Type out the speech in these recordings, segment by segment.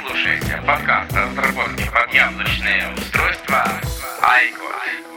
слушаете подкаст о разработке под яблочные устройства iCode.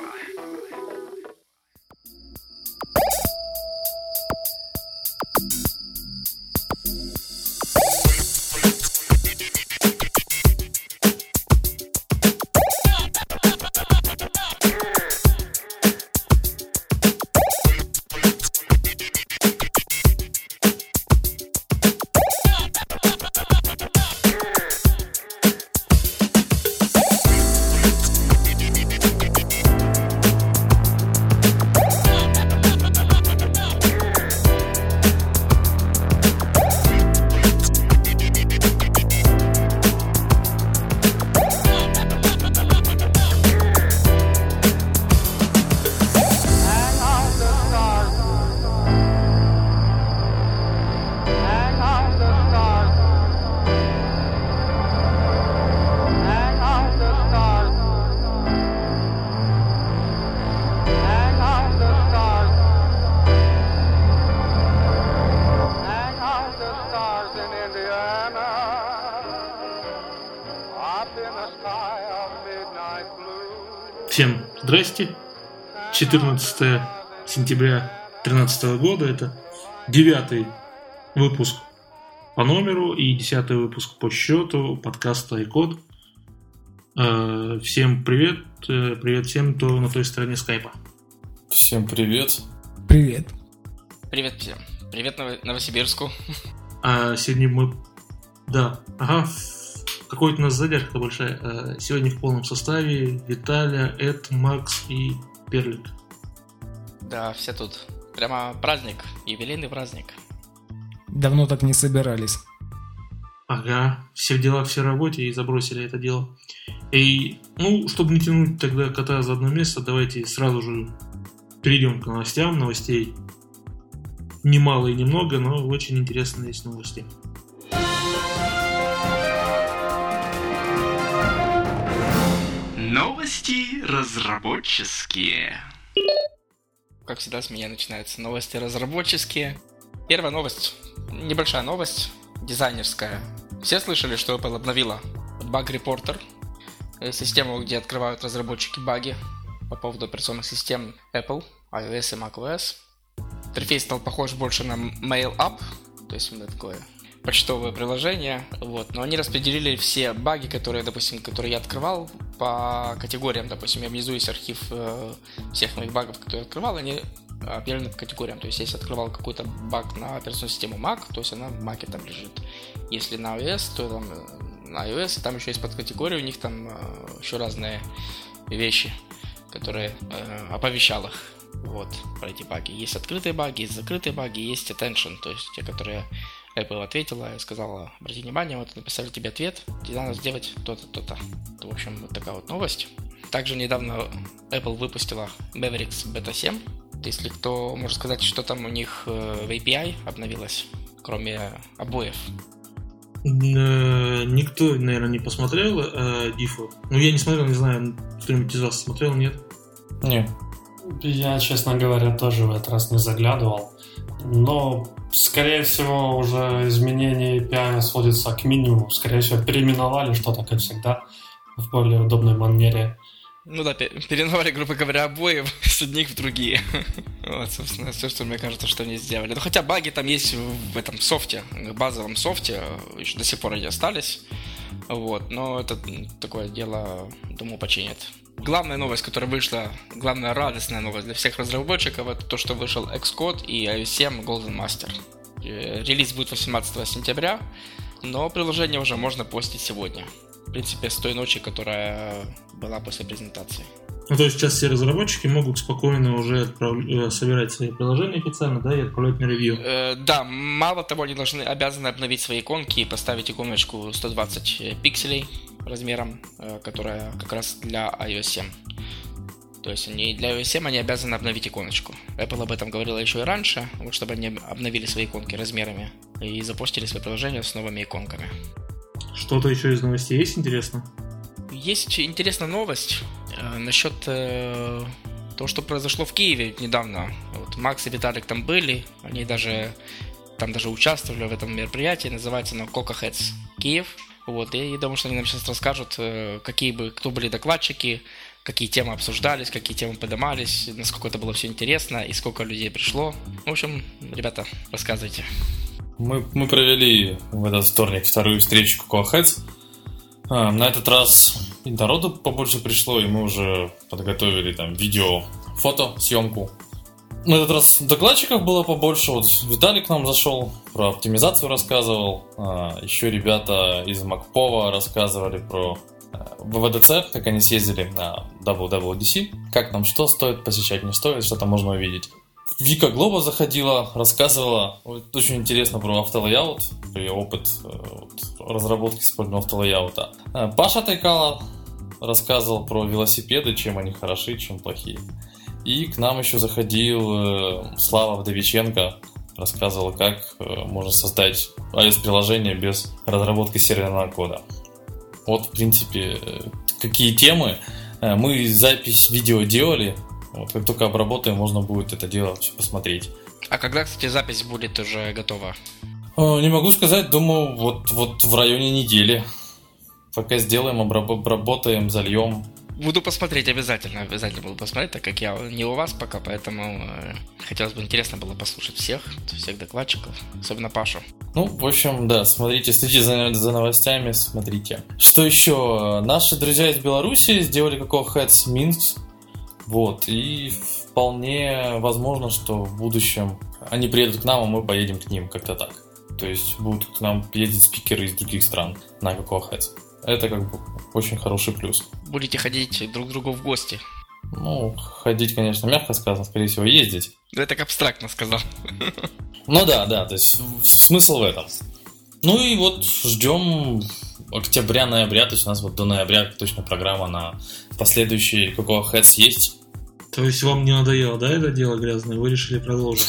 Всем здрасте. 14 сентября 2013 года. Это 9-й выпуск по номеру и 10-й выпуск по счету подкаста iCode. Всем привет. Привет всем, кто на той стороне скайпа. Всем привет. Привет. Привет всем. Привет Новосибирску. Сегодня мы... Какой-то у нас задержка большая. Сегодня в полном составе Виталя, Эд, Макс и Перлик. Да, все тут. Прямо праздник, юбилейный праздник. Давно так не собирались. Ага, все в делах, все в работе и забросили это дело. И, чтобы не тянуть тогда кота за одно место, давайте сразу же перейдем к новостям. Новостей немало и немного, но очень интересные есть новости. Новости разработческие. Как всегда с меня начинаются новости разработческие. Первая новость, небольшая новость, дизайнерская. Все слышали, что Apple обновила Bug Reporter, систему, где открывают разработчики баги по поводу операционных систем Apple, iOS и macOS. Интерфейс стал похож больше на Mail App, то есть такое почтовое приложение, но они распределили все баги, которые я открывал по категориям. Допустим, я внизу есть архив всех моих багов, которые я открывал, они объявлены по категориям. То есть, если открывал какой-то баг на операционную систему Mac, то есть она в Mac там лежит. Если на iOS, то там на iOS, и там еще есть подкатегории, у них там еще разные вещи, которые оповещал их про эти баги. Есть открытые баги, есть закрытые баги, есть attention, то есть те, которые Apple ответила и сказала: обрати внимание, написали тебе ответ, тебе надо сделать то-то, то-то. В общем, вот такая вот новость. Также недавно Apple выпустила Mavericks Beta 7. Если кто может сказать, что там у них в API обновилось, кроме обоев? Никто, наверное, не посмотрел дифу. Я не смотрел, не знаю, кто-нибудь из вас смотрел, нет? Не. Я, честно говоря, тоже в этот раз не заглядывал. Но, скорее всего, уже изменение API сводится к минимуму. Скорее всего, переименовали что-то, как всегда, в более удобной манере. Переименовали, грубо говоря, обои с одних в другие. Собственно, все, что мне кажется, что они сделали. Хотя баги там есть в этом софте, в базовом софте, еще до сих пор они остались. Но это такое дело, думаю, починят. Главная новость, которая вышла, главная радостная новость для всех разработчиков, это то, что вышел Xcode и iOS 7 Golden Master. Релиз будет 18 сентября, но приложение уже можно постить сегодня. В принципе, с той ночи, которая была после презентации. То есть сейчас все разработчики могут спокойно уже собирать свои приложения официально, и отправлять на ревью? Да, мало того, они обязаны обновить свои иконки и поставить иконочку 120 пикселей размером, которая как раз для iOS 7. То есть для iOS 7 они обязаны обновить иконочку. Apple об этом говорила еще и раньше, чтобы они обновили свои иконки размерами и запустили свои приложения с новыми иконками. Что-то еще из новостей есть интересно? Есть интересная новость насчет того, что произошло в Киеве недавно. Макс и Виталик там были, они даже участвовали в этом мероприятии, называется оно Coca Heads Киев. Вот, и я думаю, что они нам сейчас расскажут, кто были докладчики, какие темы обсуждались, какие темы поднимались, насколько это было все интересно и сколько людей пришло. В общем, ребята, рассказывайте. Мы провели в этот вторник вторую встречу Cocoa Heads. На этот раз и народу побольше пришло, и мы уже подготовили там видео, фото, съемку. На этот раз докладчиков было побольше. Вот Виталий к нам зашел, про оптимизацию рассказывал. Еще ребята из Макпова рассказывали про ВВДЦ, как они съездили на WWDC, как нам что стоит посещать, не стоит, что там можно увидеть. Вика Глоба заходила, рассказывала очень интересно про автолейаут, про ее опыт разработки использования автолейаута. Паша Тайкала рассказывал про велосипеды, чем они хороши, чем плохие. И к нам еще заходил Слава Вдовиченко, рассказывал, как можно создать iOS-приложение без разработки серверного кода. Вот, в принципе, какие темы. Мы запись видео делали. Вот, как только обработаем, можно будет это дело все посмотреть. А когда, кстати, запись будет уже готова? Не могу сказать, думаю, вот в районе недели. Пока сделаем, обработаем, зальем. Буду посмотреть обязательно буду посмотреть, так как я не у вас пока, поэтому хотелось бы, интересно было послушать всех докладчиков, особенно Пашу. Ну, в общем, да, следите за новостями, смотрите. Что еще? Наши друзья из Беларуси сделали Cocoa Heads Minsk. Вот, и вполне возможно, что в будущем они приедут к нам, а мы поедем к ним, как-то так. То есть будут к нам ездить спикеры из других стран на Cocoa Heads. Это как бы очень хороший плюс. Будете ходить друг к другу в гости? Ну, ходить, конечно, мягко сказано, скорее всего, ездить. Да это как абстрактно сказал. Ну да, то есть смысл в этом. Ну и вот ждем октября-ноября, то есть у нас вот до ноября точно программа на последующий Cocoa Heads есть. То есть вам не надоело, да, это дело грязное? Вы решили продолжить?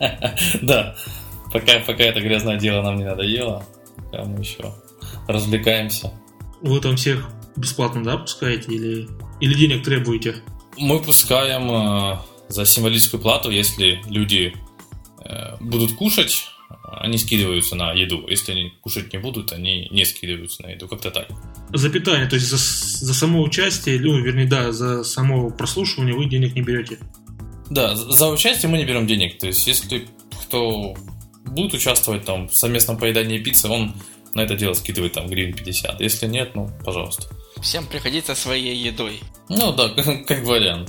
Да, пока это грязное дело нам не надоело, пока мы еще развлекаемся. Вы там всех бесплатно, да, пускаете или денег требуете? Мы пускаем за символическую плату, если люди будут кушать, они скидываются на еду. Если они кушать не будут, они не скидываются на еду. Как-то так. За питание, то есть за само участие, за само прослушивание вы денег не берете? Да, за участие мы не берем денег. То есть если кто будет участвовать там в совместном поедании пиццы, он на это дело скидывает там гривен 50. Если нет, ну, пожалуйста. Всем приходить со своей едой. Ну да, как вариант.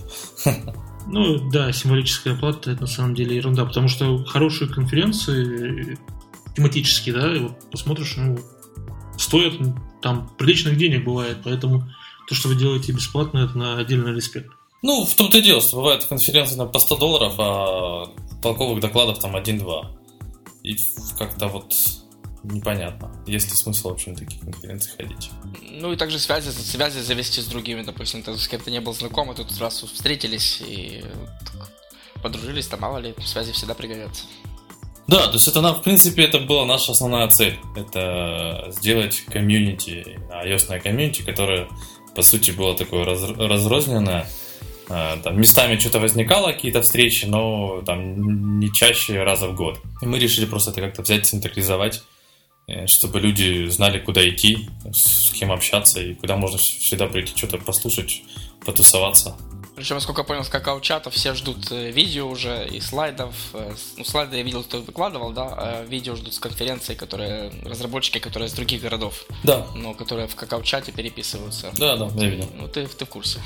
Ну да, символическая оплата — это на самом деле ерунда, потому что хорошие конференции тематические, да, и вот посмотришь, стоят там приличных денег бывает, поэтому то, что вы делаете бесплатно, это на отдельный респект. Ну, в том-то и дело, что бывают конференции по $100, а толковых докладов там 1-2. И как-то вот непонятно, есть ли смысл вообще на такие конференции ходить. Ну и также связи завести с другими, допустим, ты с кем-то не был знаком, а тут сразу встретились и подружились, там мало ли, связи всегда пригодятся. Да, то есть это, в принципе, это была наша основная цель. Это сделать комьюнити, iOS-ное комьюнити, которое, по сути, было такое разрозненное. Там местами что-то возникало, какие-то встречи, но там не чаще раза в год. И мы решили просто это как-то взять, централизовать, чтобы люди знали, куда идти, с кем общаться и куда можно всегда прийти, что-то послушать, потусоваться. Причем, насколько я понял, с какао-чата все ждут видео уже и слайдов. Ну, слайды я видел, кто выкладывал, да, а видео ждут с конференции, разработчики, которые из других городов. Да. Но которые в какао-чате переписываются. Да, я видел. Ну, ты в курсе.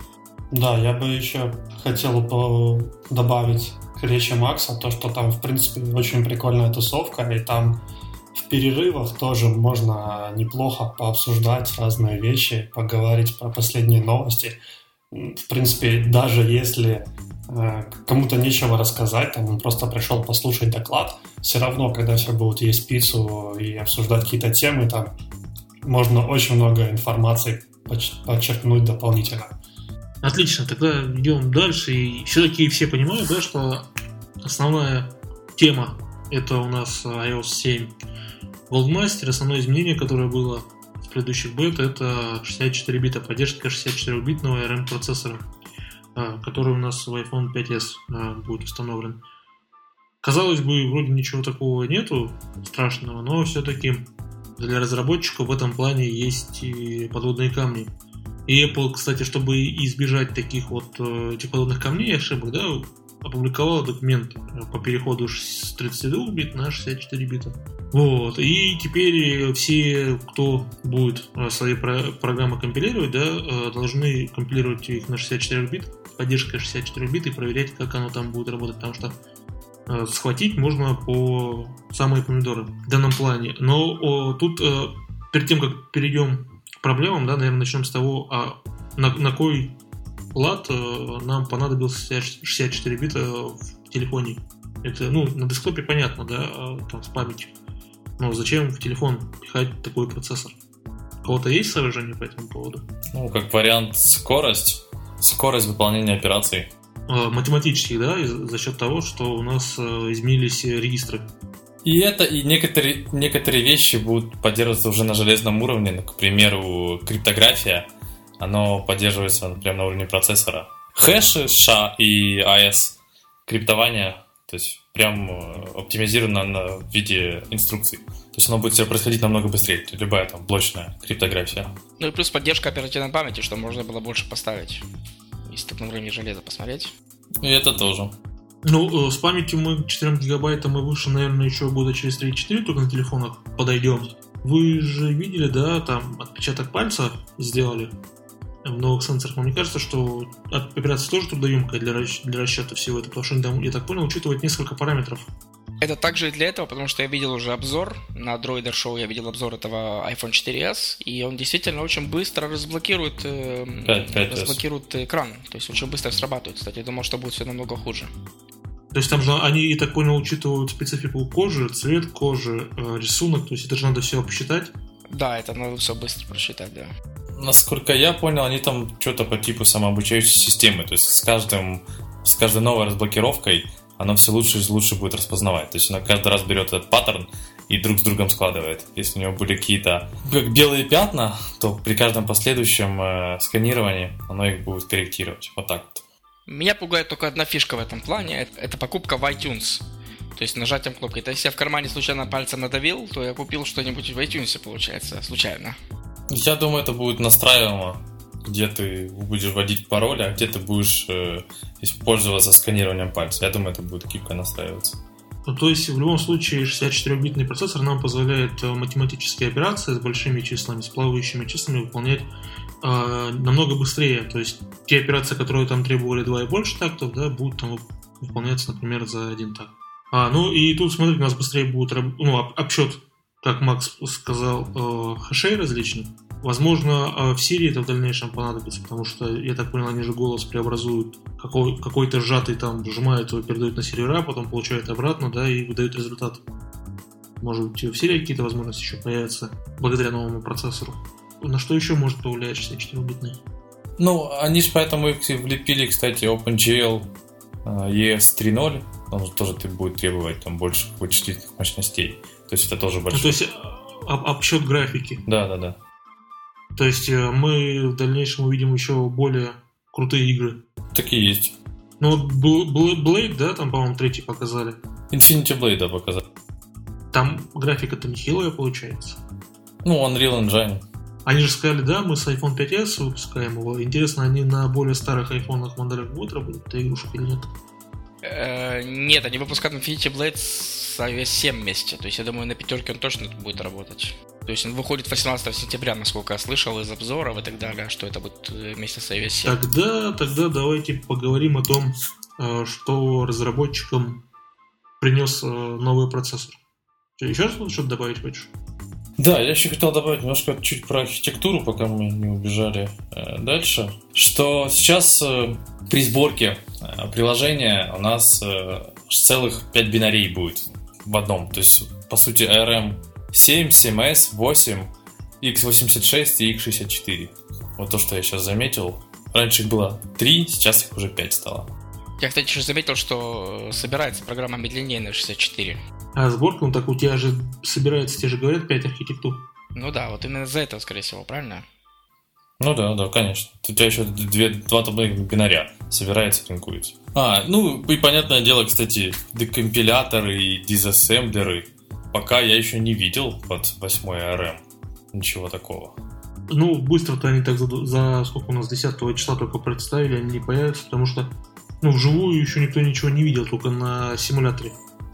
Да, я бы еще хотел добавить к речи Макса то, что там, в принципе, очень прикольная тусовка, и там в перерывах тоже можно неплохо пообсуждать разные вещи, поговорить про последние новости. В принципе, даже если кому-то нечего рассказать, там он просто пришел послушать доклад, все равно, когда все будут есть пиццу и обсуждать какие-то темы, там можно очень много информации подчеркнуть дополнительно. Отлично, тогда идем дальше. И все-таки все понимают, да, что основная тема — это у нас iOS 7 Goldmaster. Основное изменение, которое было в предыдущих бета, это 64 бита, поддержка 64-битного ARM процессора, который у нас в iPhone 5s будет установлен. Казалось бы, вроде ничего такого нету страшного, но все-таки для разработчиков в этом плане есть и подводные камни. И Apple, кстати, чтобы избежать таких вот этих подводных камней и ошибок, да, опубликовала документ по переходу с 32 бит на 64 бита. Вот. И теперь все, кто будет свои программы компилировать, да, должны компилировать их на 64 бит, поддержкой 64 бит, и проверять, как оно там будет работать, потому что схватить можно по самые помидоры в данном плане. Но тут перед тем, как перейдем к проблемам, да, наверное, начнем с того, на кой лад нам понадобился 64 бита в телефоне. Это, на десктопе понятно, да, там с памятью. Но зачем в телефон пихать такой процессор? У кого-то есть соображение по этому поводу? Как вариант скорость выполнения операций. Математически, да, за счет того, что у нас изменились регистры. И некоторые вещи будут поддерживаться уже на железном уровне. К примеру, криптография, оно поддерживается прямо на уровне процессора. Хэши, SHA и AES, криптование, то есть прям оптимизировано в виде инструкций. То есть оно будет все происходить намного быстрее. Любая там блочная криптография. Ну и плюс поддержка оперативной памяти, что можно было больше поставить. Если так на уровне железа посмотреть. И это тоже. С памятью мы к 4 гигабайтам и выше, наверное, еще года через 3-4 только на телефонах подойдем. Вы же видели, да, там отпечаток пальца сделали в новых сенсорах. Но мне кажется, что операция тоже трудоемкая для расчета всего этого, потому что они там, я так понял, учитывают несколько параметров. Это также и для этого, потому что я видел уже обзор на Droider Show, я видел обзор этого iPhone 4s, и он действительно очень быстро разблокирует экран, то есть очень быстро срабатывает. Кстати, я думал, что будет все намного хуже. То есть там же они, я так понял, учитывают специфику кожи, цвет кожи, рисунок, то есть это же надо все посчитать. Да, это надо все быстро просчитать, да. Насколько я понял, они там что-то по типу самообучающей системы, то есть с каждой новой разблокировкой оно все лучше и лучше будет распознавать. То есть оно каждый раз берет этот паттерн и друг с другом складывает. Если у него были какие-то белые пятна, то при каждом последующем сканировании оно их будет корректировать. Вот так вот. Меня пугает только одна фишка в этом плане. Это покупка в iTunes. То есть нажатием кнопки. То есть я в кармане случайно пальцем надавил, то я купил что-нибудь в iTunes, получается, случайно. Я думаю, это будет настраиваемо. Где ты будешь вводить пароль, а где ты будешь пользоваться сканированием пальца. Я думаю, это будет гибко настраиваться. То есть, в любом случае, 64-битный процессор нам позволяет математические операции с большими числами, с плавающими числами выполнять намного быстрее. То есть, те операции, которые там требовали 2 и больше тактов, да, будут там выполняться, например, за 1 такт. И тут, смотрите, у нас быстрее будет обсчет, как Макс сказал, хэшей различных. Возможно, в Siri это в дальнейшем понадобится, потому что, я так понял, они же голос преобразуют, какой-то сжатый там сжимает его, передают на сервера, потом получают обратно, да, и выдают результат. Может быть, в Siri какие-то возможности еще появятся благодаря новому процессору. На что еще может повлиять 64-битный? Они же поэтому их влепили, кстати, OpenGL ES 3.0, он тоже будет требовать там больше вычислительных мощностей. То есть это тоже большой. То есть обсчет графики. Да. То есть мы в дальнейшем увидим еще более крутые игры. Такие есть. Blade, да, там, по-моему, 3 показали. Infinity Blade, да, показали. Там графика-то нехилая получается. Unreal Engine. Они же сказали, да, мы с iPhone 5s выпускаем его. Интересно, они на более старых айфонах моделях будут работать, эта игрушка или нет? Нет, они выпускают Infinity Blade с iOS 7 вместе. То есть, я думаю, на 5 он точно будет работать. То есть, он выходит 18 сентября, насколько я слышал из обзоров и так далее, что это будет вместе с iOS 7. Тогда давайте поговорим о том, что разработчикам принес новый процессор. Еще раз что-то добавить хочешь? Да, я еще хотел добавить немножко чуть про архитектуру, пока мы не убежали дальше. Что сейчас при сборке приложения у нас целых 5 бинарей будет в одном. То есть, по сути, ARM 7, 7S, 8, x86 и x64. Вот то, что я сейчас заметил. Раньше их было 3, сейчас их уже 5 стало. Я, кстати, еще заметил, что собирается программа медленнее на 64. А сборка, так у тебя же собирается, те же говорят, 5 архитектур. Да, вот именно из-за этого, скорее всего, правильно? Да, конечно. У тебя еще 2 таблных бинаря собирается, линкуется. И понятное дело, кстати, декомпиляторы и дизассемблеры. пока я еще не видел под 8 ARM ничего такого. Ну, быстро-то они так за сколько у нас, 10 числа только представили, они не появятся, потому что, ну, вживую еще никто ничего не видел, только на симуляторе.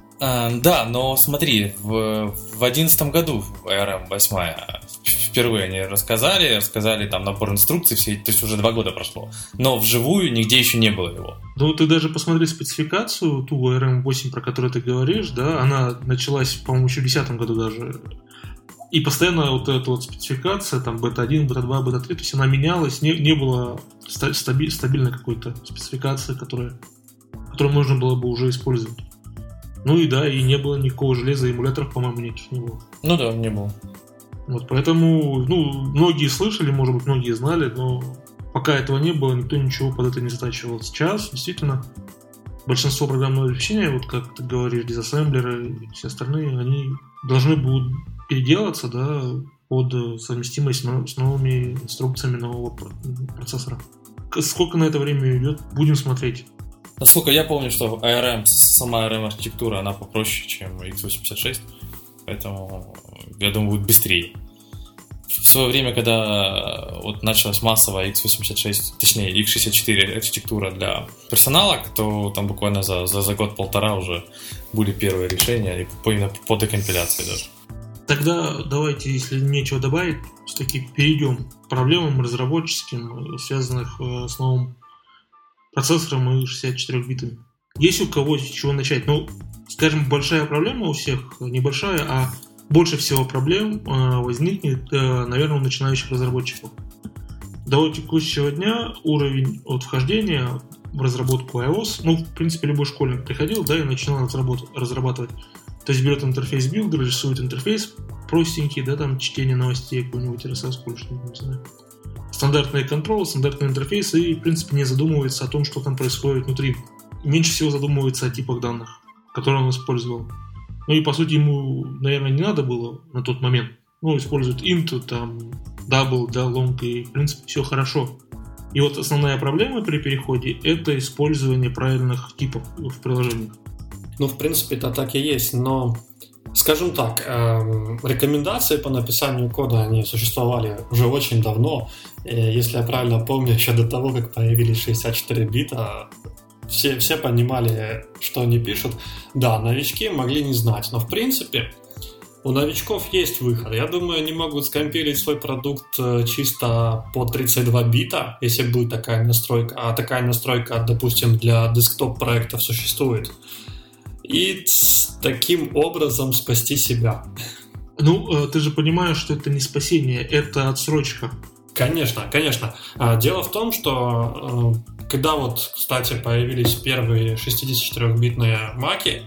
Да, но смотри, в 2011 году ARM 8 впервые они рассказали там набор инструкций, то есть уже 2 года прошло, но вживую нигде еще не было его. Ну, ты даже посмотри спецификацию, ту ARM 8, про которую ты говоришь, да, она началась, по-моему, еще в 2010 году даже. И постоянно вот эта вот спецификация, там, бета-1, бета-2, бета-3, то есть она менялась, не было стабильной какой-то спецификации, которую можно было бы уже использовать. Ну и да, и не было никакого железа, эмуляторов, по-моему, никаких не было. Ну да, не было. Вот, поэтому, ну, многие слышали, может быть, многие знали, но пока этого не было, никто ничего под это не затачивал. Сейчас, действительно, большинство программного обеспечения, вот как ты говоришь, дизассемблеры и все остальные, они должны будут переделаться, да, под совместимость с новыми инструкциями нового процессора. Сколько на это время идет, будем смотреть. Насколько я помню, что сама ARM-архитектура, она попроще, чем x86, поэтому, я думаю, будет быстрее. В свое время, когда вот началась массовая x86, точнее x64 архитектура для персонала, то там буквально за год-полтора уже были первые решения, именно по декомпиляции даже. Тогда давайте, если нечего добавить, все-таки перейдем к проблемам разработческим, связанных с новым процессором и 64 битами. Есть у кого с чего начать? Ну, скажем, большая проблема у всех, небольшая, а больше всего проблем возникнет, наверное, у начинающих разработчиков. До текущего дня уровень от вхождения в разработку iOS, ну, в принципе, любой школьник приходил, да, и начинал разрабатывать. То есть берет интерфейс билдер, рисует интерфейс простенький, да, там чтение новостей, какой-нибудь RSS, что-нибудь, не знаю. Стандартные контролы, стандартный интерфейс, и, в принципе, не задумывается о том, что там происходит внутри. Меньше всего задумывается о типах данных, которые он использовал. Ну и, по сути, ему, наверное, не надо было на тот момент. Ну, использует int, там, double, да, long, и, в принципе, все хорошо. И вот основная проблема при переходе – это использование правильных типов в приложении. Ну, в принципе, это так и есть, но, скажем так, рекомендации по написанию кода, они существовали уже очень давно. Если я правильно помню, еще до того, как появились 64 бита, все понимали, что они пишут. Да, новички могли не знать, но, в принципе, у новичков есть выход. Я думаю, они могут скомпилить свой продукт чисто по 32 бита, если будет такая настройка. А такая настройка, допустим, для десктоп-проектов существует. И таким образом спасти себя. Ну, ты же понимаешь, что это не спасение, это отсрочка. Конечно, конечно. Дело в том, что когда вот, кстати, появились первые 64-битные маки,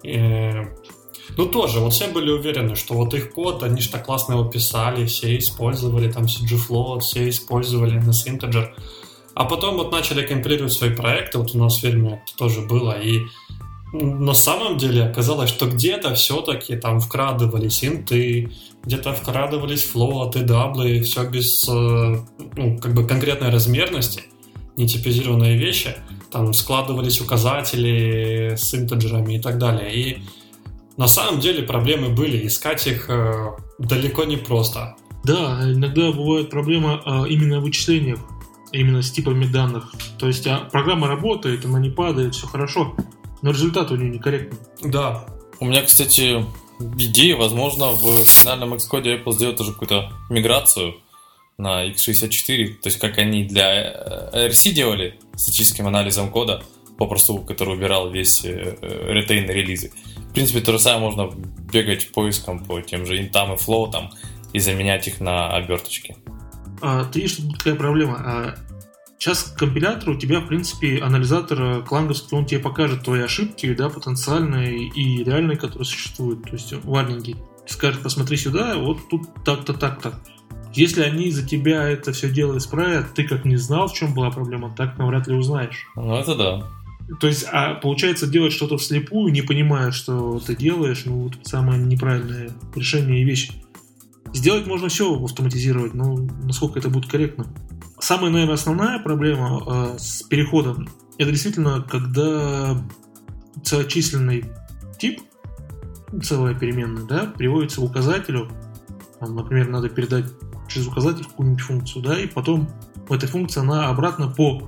ну тоже, вот все были уверены, что вот их код, они же так классно его писали, все использовали там CGFloat, все использовали NSInteger. А потом вот начали компилировать свои проекты, вот у нас в фирме это тоже было, и на самом деле оказалось, что где-то все-таки там вкрадывались инты, где-то вкрадывались флоты, даблы, все без как бы конкретной размерности, нетипизированные вещи, там складывались указатели с интеджерами и так далее. И на самом деле проблемы были, искать их далеко не просто. Да, иногда бывает проблема именно в вычислениях, именно с типами данных. То есть программа работает, она не падает, все хорошо, но результат у нее некорректный. Да. У меня, кстати, идея, возможно, в финальном Xcode Apple сделать тоже какую-то миграцию на x64, то есть как они для RC делали статическим анализом кода, попросту, который убирал весь ретейн релизы. В принципе, то же самое можно бегать поиском по тем же интам и флоутам и заменять их на оберточки. Ты видишь, тут такая проблема. Сейчас компилятор у тебя, в принципе, анализатор кланговский, он тебе покажет твои ошибки, да, потенциальные и реальные, которые существуют. То есть варнинги. Скажет, посмотри сюда, вот тут так-то, так-то. Если они за тебя это все дело исправят, ты как не знал, в чем была проблема, так навряд ли узнаешь. Ну, это да. То есть, получается, делать что-то вслепую, не понимая, что ты делаешь, ну, вот самое неправильное решение и вещь. Сделать можно все автоматизировать, но насколько это будет корректно. Самая, наверное, основная проблема с переходом, это действительно, когда целочисленный тип целая переменная, да, приводится к указателю, там, например, надо передать через указатель какую-нибудь функцию, да, и потом эта функция, она обратно по,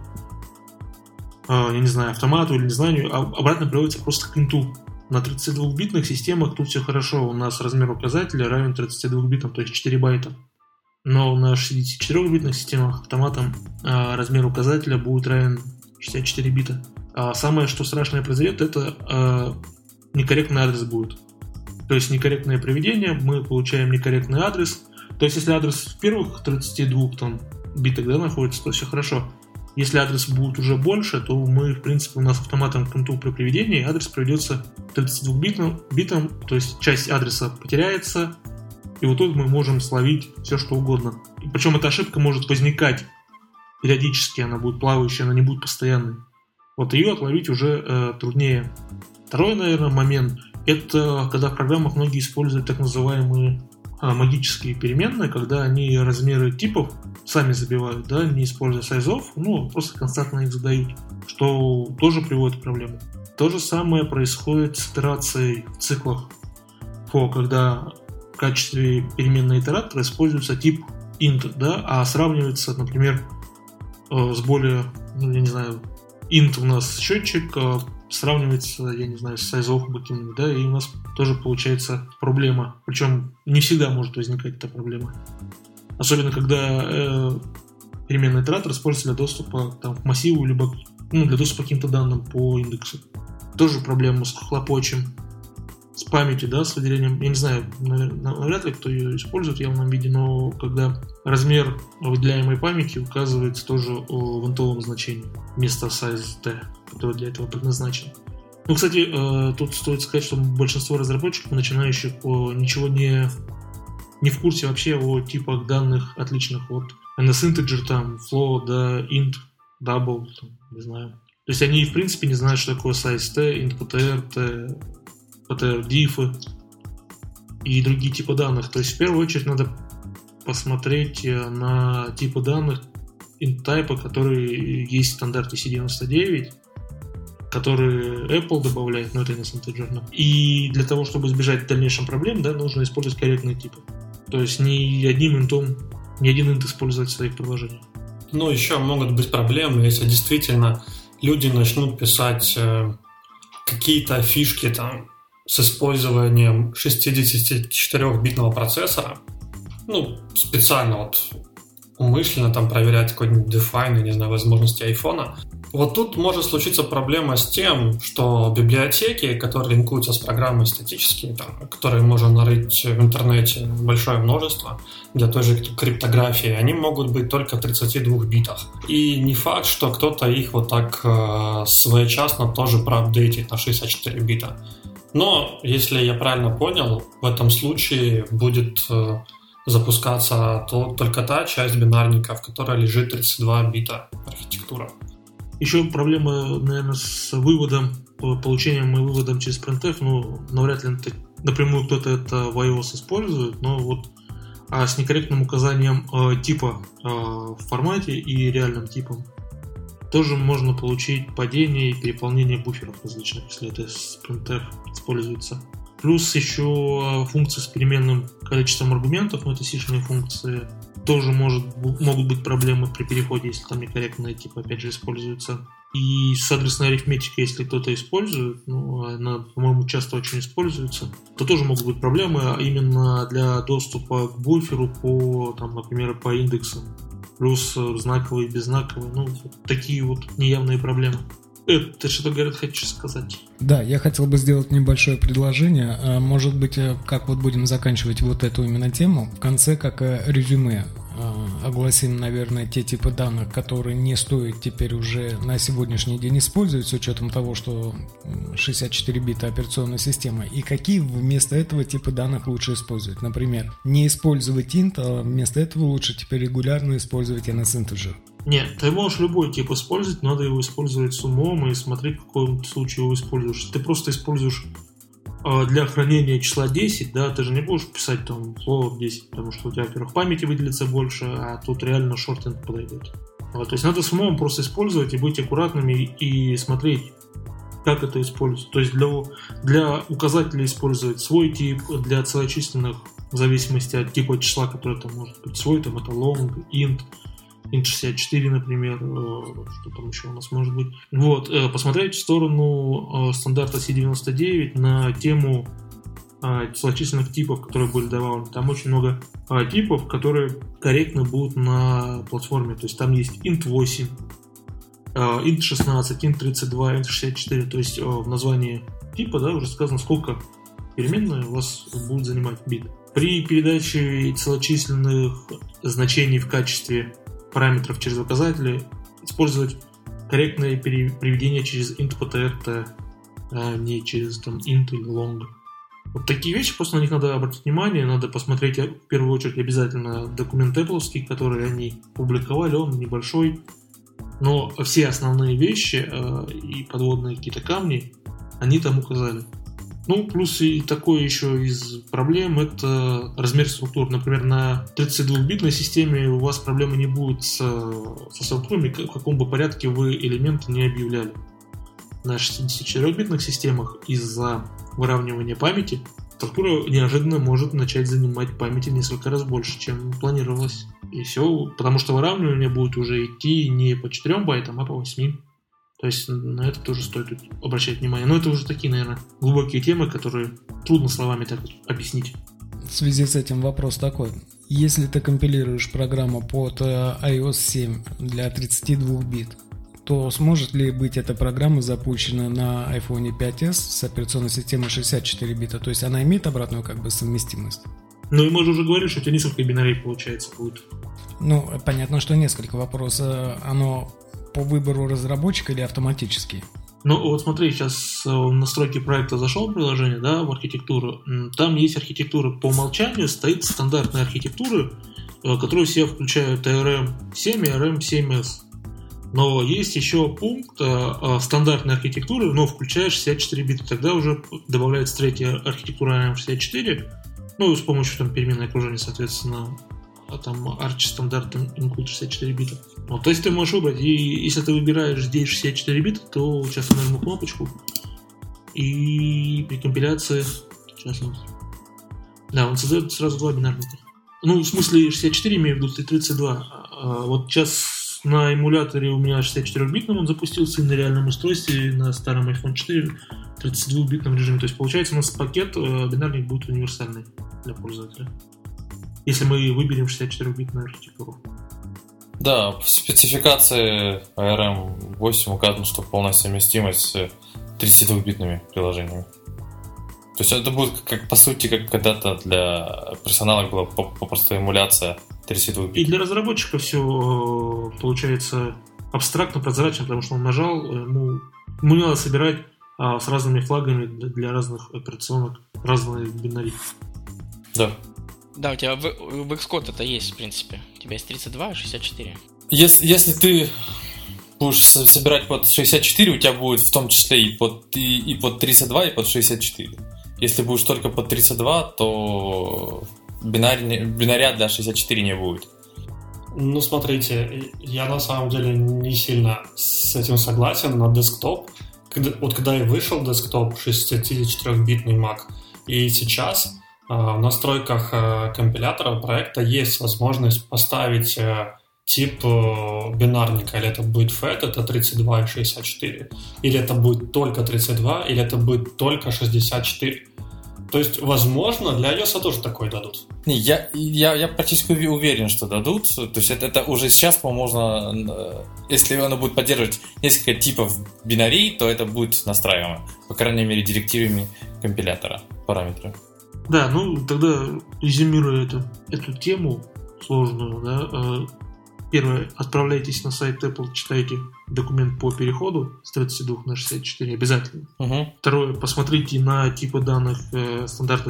я не знаю, автомату или незнанию, обратно приводится просто к инту. На 32-битных системах тут все хорошо, у нас размер указателя равен 32 битам, то есть 4 байта. Но на 64-битных системах автоматом размер указателя будет равен 64 бита. А самое, что страшное произойдет, это некорректный адрес будет. То есть некорректное приведение, мы получаем некорректный адрес. То есть если адрес в первых 32 там, битах, да, находится, то все хорошо. Если адрес будет уже больше, то мы, в принципе, у нас автоматом к инту при приведении адрес приведется 32 битам, то есть часть адреса потеряется, и вот тут мы можем словить все, что угодно. И причем эта ошибка может возникать периодически, она будет плавающей, она не будет постоянной. Вот ее отловить уже труднее. Второй, наверное, момент, это когда в программах многие используют так называемые магические переменные, когда они размеры типов сами забивают, да, не используя сайзов, просто константно их задают, что тоже приводит к проблемам. То же самое происходит с итерацией в циклах for, когда в качестве переменной итератора используется тип int, да, а сравнивается, например, с более, int у нас счетчик, сравнивается, с сайзов каким-нибудь, да, и у нас тоже получается проблема. Причем не всегда может возникать эта проблема. Особенно, когда переменный итератор используется для доступа к массиву, либо для доступа к каким-то данным по индексу. Тоже проблема с хлопочем, с памятью, да, с выделением. Я не знаю, навряд ли кто ее использует в явном виде, но когда размер выделяемой памяти указывается тоже в интовом значении вместо size t, который для этого предназначен. Кстати, тут стоит сказать, что большинство разработчиков, начинающих, ничего не в курсе вообще о типах данных, отличных от NSInteger, там, float, да, int, double, там, не знаю. То есть они, в принципе, не знают, что такое size t, int ptr, ptr diff и другие типы данных. То есть в первую очередь надо посмотреть на типы данных int type, которые есть в стандарте C99, которые Apple добавляет, но это NSInteger. И для того, чтобы избежать в дальнейшем проблем, да, нужно использовать корректные типы. То есть ни один int использовать в своих приложениях. Еще могут быть проблемы, если действительно люди начнут писать какие-то фишки там с использованием 64-битного процессора, специально умышленно там проверять какой-нибудь define, возможности айфона. Вот тут может случиться проблема с тем, что библиотеки, которые линкуются с программой статические, которые можно нарыть в интернете большое множество для той же криптографии, они могут быть только в 32 битах. И не факт, что кто-то их вот так своечасно тоже проапдейтит на 64 бита. Но, если я правильно понял, в этом случае будет запускаться только та часть бинарника, в которой лежит 32 бита архитектура. Еще проблема, наверное, с выводом, получением и выводом через printf, навряд ли напрямую кто-то это в iOS использует, но с некорректным указанием типа в формате и реальным типом тоже можно получить падение и переполнение буферов различных, если это с printf используется. Плюс еще функции с переменным количеством аргументов, это C-шные функции, тоже могут быть проблемы при переходе, если там некорректные типы, опять же, используются. И с адресной арифметикой, если кто-то использует, она, по-моему, часто очень используется, то тоже могут быть проблемы, именно для доступа к буферу например, по индексам. Плюс знаковые и беззнаковые, такие неявные проблемы. Ты что-то, говорят, хочешь сказать? Да, я хотел бы сделать небольшое предложение. Может быть, как будем заканчивать эту именно тему, в конце как резюме огласим, наверное, те типы данных, которые не стоит теперь уже на сегодняшний день использовать с учетом того, что 64 бита операционной системы, и какие вместо этого типы данных лучше использовать. Например, не использовать int, а вместо этого лучше теперь регулярно использовать NSInteger. Нет, ты можешь любой тип использовать, надо его использовать с умом и смотреть, в каком случае его используешь. Ты просто используешь для хранения числа 10, да, ты же не будешь писать там float 10, потому что у тебя, во-первых, памяти выделится больше, а тут реально шортинг подойдет. То есть надо с умом просто использовать и быть аккуратными и смотреть, как это используется. То есть для указателя использовать свой тип, для целочисленных, в зависимости от типа числа, который там может быть свой, там это long, int 64, например, что там еще у нас может быть. Вот, посмотреть в сторону стандарта C99 на тему целочисленных типов, которые были добавлены. Там очень много типов, которые корректно будут на платформе. То есть там есть int 8, int 16, int 32, int 64. То есть в названии типа, да, уже сказано, сколько переменная у вас будет занимать бит. При передаче целочисленных значений в качестве параметров через указатели использовать корректное приведение через int ptr, а не через там int или long. Вот такие вещи, просто на них надо обратить внимание, надо посмотреть в первую очередь обязательно документ Apple-овский, который они публиковали, он небольшой, но все основные вещи и подводные какие-то камни они там указали. Ну, плюс и такое еще из проблем — это размер структур. Например, на 32-битной системе у вас проблемы не будет со структурами, в каком бы порядке вы элементы не объявляли. На 64-битных системах из-за выравнивания памяти структура неожиданно может начать занимать памяти несколько раз больше, чем планировалось. И все, потому что выравнивание будет уже идти не по 4 байтам, а по 8. То есть на это тоже стоит обращать внимание. Но это уже такие, наверное, глубокие темы, которые трудно словами так объяснить. В связи с этим вопрос такой. Если ты компилируешь программу под iOS 7 для 32 бит, то сможет ли быть эта программа запущена на iPhone 5s с операционной системой 64 бита? То есть она имеет обратную как бы совместимость? Ну и мы же уже говорили, что у тебя несколько бинарей получается будет. Ну, понятно, что несколько. Вопрос, оно по выбору разработчика или автоматически? Ну вот смотри, сейчас в настройки проекта зашел приложение, да, в архитектуру. Там есть архитектура по умолчанию, стоит стандартная архитектура, которую в себя включают ARM7 и ARM7S. Но есть еще пункт стандартной архитектуры, но включаешь 64 бита. Тогда уже добавляется третья архитектура ARM64, ну с помощью там переменной окружения, соответственно, там Arch стандарт include 64 бита. Вот, то есть ты можешь выбрать, и если ты выбираешь здесь 64 бита, то сейчас я нажму кнопочку, и при компиляции, сейчас да, он создает сразу два бинарника. Ну, в смысле 64 имею в виду, 32. Вот сейчас на эмуляторе у меня 64-битном он запустился, и на реальном устройстве на старом iPhone 4 в 32-битном режиме. То есть получается у нас пакет бинарник будет универсальный для пользователя, если мы выберем 64-битную архитектуру. Да, в спецификации ARM8 указано, что полная совместимость с 32-битными приложениями. То есть это будет, как, по сути, как когда-то для персонала была попросту эмуляция 32 бит. И для разработчика все получается абстрактно, прозрачно, потому что он нажал, ему не надо собирать с разными флагами для разных операционок, разные бинари. Да. Да, у тебя в Xcode это есть, в принципе. У тебя есть 32 и 64. Если ты будешь собирать под 64, у тебя будет в том числе и под 32, и под 64. Если будешь только под 32, то бинаря для 64 не будет. Ну, смотрите, я на самом деле не сильно с этим согласен на десктоп. Когда и вышел десктоп 64-битный Mac, и сейчас в настройках компилятора проекта есть возможность поставить тип бинарника. Или это будет FAT, это 32 и 64. Или это будет только 32, или это будет только 64. То есть, возможно, для iOS тоже такое дадут. Я практически уверен, что дадут. То есть это уже сейчас, можно, если оно будет поддерживать несколько типов бинарей, то это будет настраиваемо. По крайней мере, директивами компилятора, параметры. Да, ну тогда резюмируя эту тему сложную, да, первое, отправляйтесь на сайт Apple, читайте документ по переходу с 32 на 64 обязательно. Угу. Второе, посмотрите на типы данных стандарта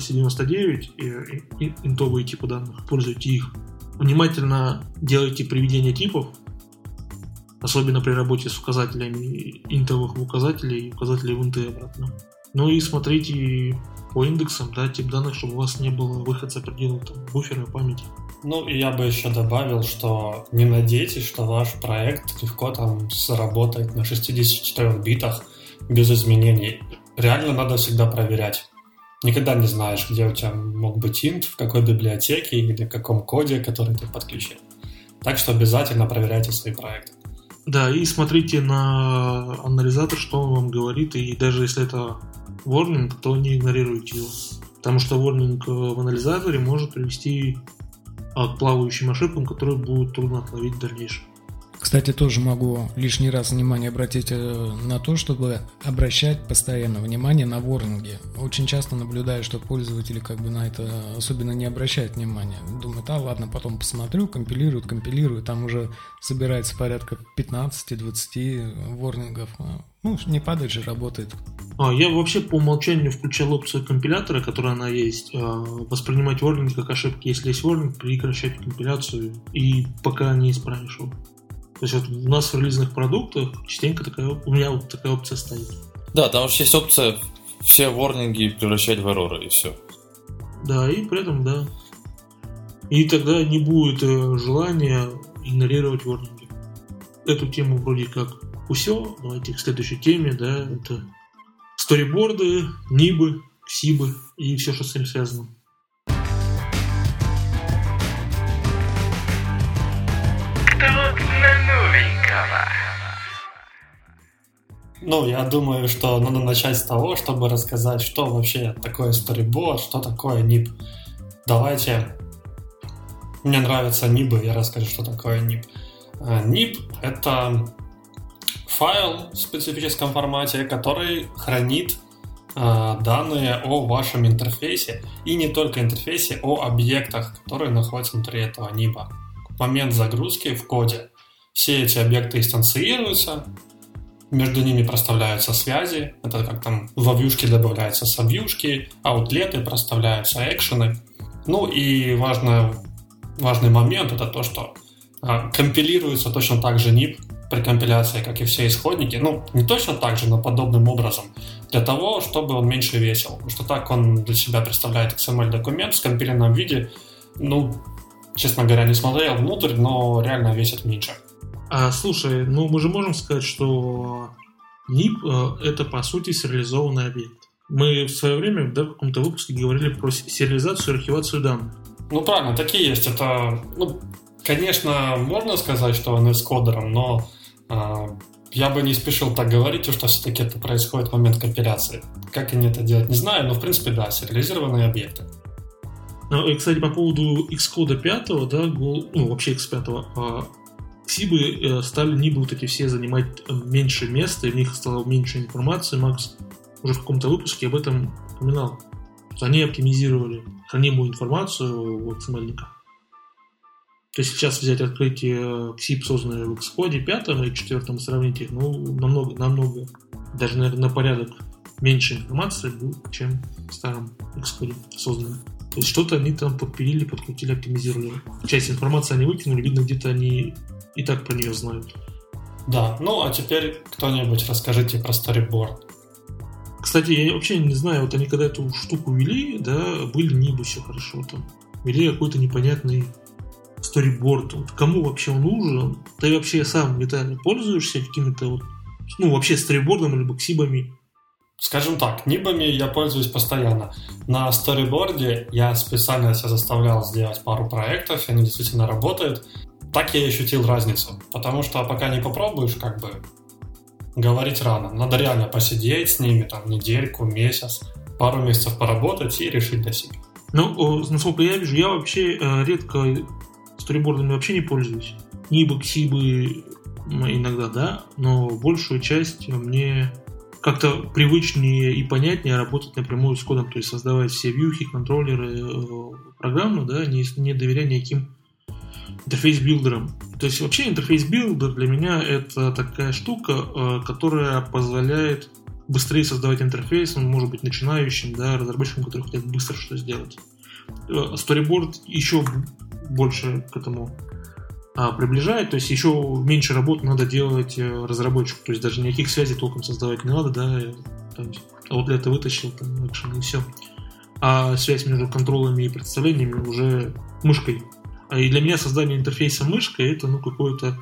C99 и интовые типы данных, используйте их. Внимательно делайте приведение типов, особенно при работе с указателями интовых указателей и указателей в инты обратно. Ну и смотрите по индексам, да, тип данных, чтобы у вас не было выхода за пределы буфера памяти. Ну, и я бы еще добавил, что не надейтесь, что ваш проект легко там заработает на 64 битах. без изменений. Реально надо всегда проверять. Никогда не знаешь, где у тебя мог быть int, в какой библиотеке или в каком коде, который ты подключил. Так что обязательно проверяйте свои проекты. Да, и смотрите на анализатор, что он вам говорит, и даже если это warning, то не игнорируйте его. Потому что warning в анализаторе может привести к плавающим ошибкам, которые будут трудно отловить в дальнейшем. Кстати, тоже могу лишний раз внимание обратить на то, чтобы обращать постоянно внимание на ворнинги. Очень часто наблюдаю, что пользователи как бы на это особенно не обращают внимания. Думают, ладно, потом посмотрю, компилирую, там уже собирается порядка 15-20 ворнингов. Ну, не падает же, работает. Я вообще по умолчанию включал опцию компилятора, которая она есть, воспринимать ворнинги как ошибки. Если есть ворнинг, прекращать компиляцию, и пока не исправишь его. То есть вот у нас в релизных продуктах частенько у меня вот такая опция стоит. Да, там вообще есть опция все ворнинги превращать в эрроры, и все. Да, и при этом, да. И тогда не будет желания игнорировать ворнинги. Эту тему вроде как все. Давайте к следующей теме, да, это сториборды, нибы, ксибы и все, что с этим связано. Ну, я думаю, что надо начать с того, чтобы рассказать, что вообще такое storyboard, что такое nib. Давайте. Мне нравятся нибы, я расскажу, что такое nib. Nib — это файл в специфическом формате, который хранит данные о вашем интерфейсе, и не только интерфейсе, о объектах, которые находятся внутри этого ниба. В момент загрузки в коде все эти объекты инстанцируются, между ними проставляются связи, это как там во вьюшке добавляются сабвьюшки, аутлеты, проставляются экшены. Ну и важный момент — это то, что компилируется точно так же nib при компиляции, как и все исходники. Ну, не точно так же, но подобным образом, для того, чтобы он меньше весил. Потому что так он для себя представляет XML-документ в скомпиленном виде. Ну, честно говоря, не смотрел внутрь, но реально весит меньше. Слушай, мы же можем сказать, что nib это по сути сериализованный объект. Мы в свое время, в каком-то выпуске говорили про сериализацию и архивацию данных. Ну правильно, такие есть. Это, конечно, можно сказать, что он с кодером, но я бы не спешил так говорить, что все-таки это происходит в момент компиляции. Как они это делать, не знаю, но в принципе да, сериализированные объекты. И, кстати, по поводу Xcode 5, да, вообще X5, ксибы стали нибы вот эти все занимать меньше места, и в них стало меньше информации. Макс уже в каком-то выпуске об этом упоминал. Что они оптимизировали хранимую информацию в XML-никах. То есть сейчас взять, открыть ксиб, созданный в Xcode 5 и 4, сравнить их, намного, даже, наверное, на порядок меньше информации будет, чем в старом Xcode созданном. То есть что-то они там подпилили, подкрутили, оптимизировали. Часть информации они выкинули, видно, где-то они и так про нее знают. Да, а теперь кто-нибудь расскажите про storyboard. Кстати, я вообще не знаю, вот они когда эту штуку ввели, да, были нибы, все хорошо там. Ввели какой-то непонятный storyboard. Вот кому вообще он нужен? Ты вообще сам, Виталий, пользуешься какими-то вообще storyboardом либо ксибами? Скажем так, нибами я пользуюсь постоянно. На сториборде я специально себя заставлял сделать пару проектов, и они действительно работают. Так я и ощутил разницу. Потому что пока не попробуешь, говорить рано. Надо реально посидеть с ними, недельку, месяц, пару месяцев поработать и решить для себя. Насколько я вижу, я вообще редко сторибордами вообще не пользуюсь. Нибы, ксибы иногда, да, но большую часть мне как-то привычнее и понятнее работать напрямую с кодом, то есть создавать все вьюхи, контроллеры программно, да, не доверяя никаким интерфейс-билдерам. То есть вообще интерфейс-билдер для меня это такая штука, которая позволяет быстрее создавать интерфейс, он может быть начинающим, да, разработчикам, которые хотят быстро что сделать. Storyboard еще больше к этому приближает, то есть еще меньше работы надо делать разработчику, то есть даже никаких связей толком создавать не надо, да, аутлеты вытащил, экшен и все. А связь между контролами и представлениями уже мышкой. И для меня создание интерфейса мышкой это какое-то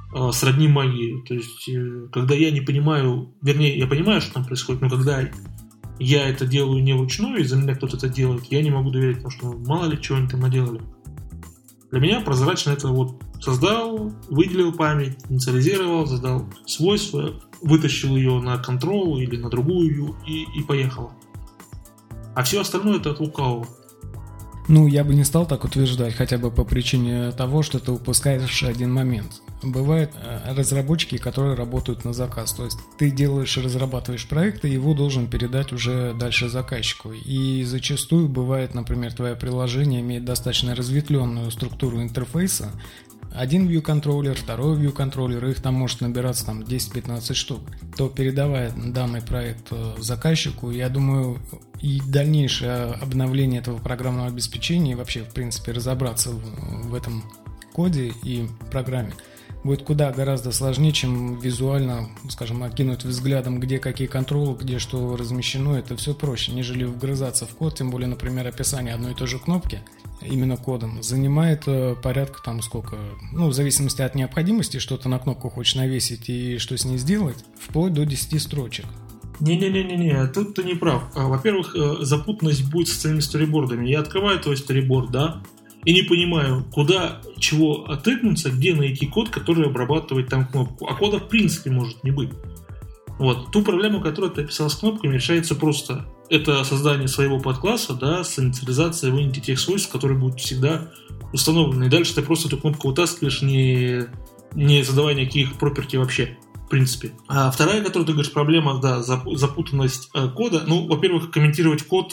сродни магии. То есть, когда я не понимаю, вернее, я понимаю, что там происходит, но когда я это делаю не вручную, и за меня кто-то это делает, я не могу доверять, потому что мало ли чего они там наделали. Для меня прозрачно это вот создал, выделил память, инициализировал, задал свойства, вытащил ее на контрол или на другую и поехало. А все остальное это от лукавого. Ну, я бы не стал так утверждать, хотя бы по причине того, что ты упускаешь один момент. Бывают разработчики, которые работают на заказ. То есть ты разрабатываешь проект, и его должен передать уже дальше заказчику. И зачастую бывает, например, твое приложение имеет достаточно разветвленную структуру интерфейса. Один view-контроллер, второй view-контроллер, их там может набираться там 10-15 штук. То, передавая данный проект заказчику, я думаю, и дальнейшее обновление этого программного обеспечения, и вообще, в принципе, разобраться в этом коде и программе будет гораздо сложнее, чем визуально, скажем, окинуть взглядом, где какие контролы, где что размещено. Это все проще, нежели вгрызаться в код. Тем более, например, описание одной и той же кнопки именно кодом занимает порядка там сколько, в зависимости от необходимости, что ты на кнопку хочешь навесить и что с ней сделать, вплоть до 10 строчек. Не-не-не, тут ты не прав. Во-первых, запутанность будет с твоими сторибордами. Я открываю твой сториборд, да, и не понимаю, куда, чего оттыкнуться, где найти код, который обрабатывает там кнопку. А кода в принципе может не быть. Вот. Ту проблему, которую ты описал с кнопками, решается просто. Это создание своего подкласса, да, с инициализацией вынести тех свойств, которые будут всегда установлены. И дальше ты просто эту кнопку вытаскиваешь, не задавая никаких проперти вообще, в принципе. А вторая, которую ты говоришь, проблема, да, запутанность кода. Ну, во-первых, комментировать код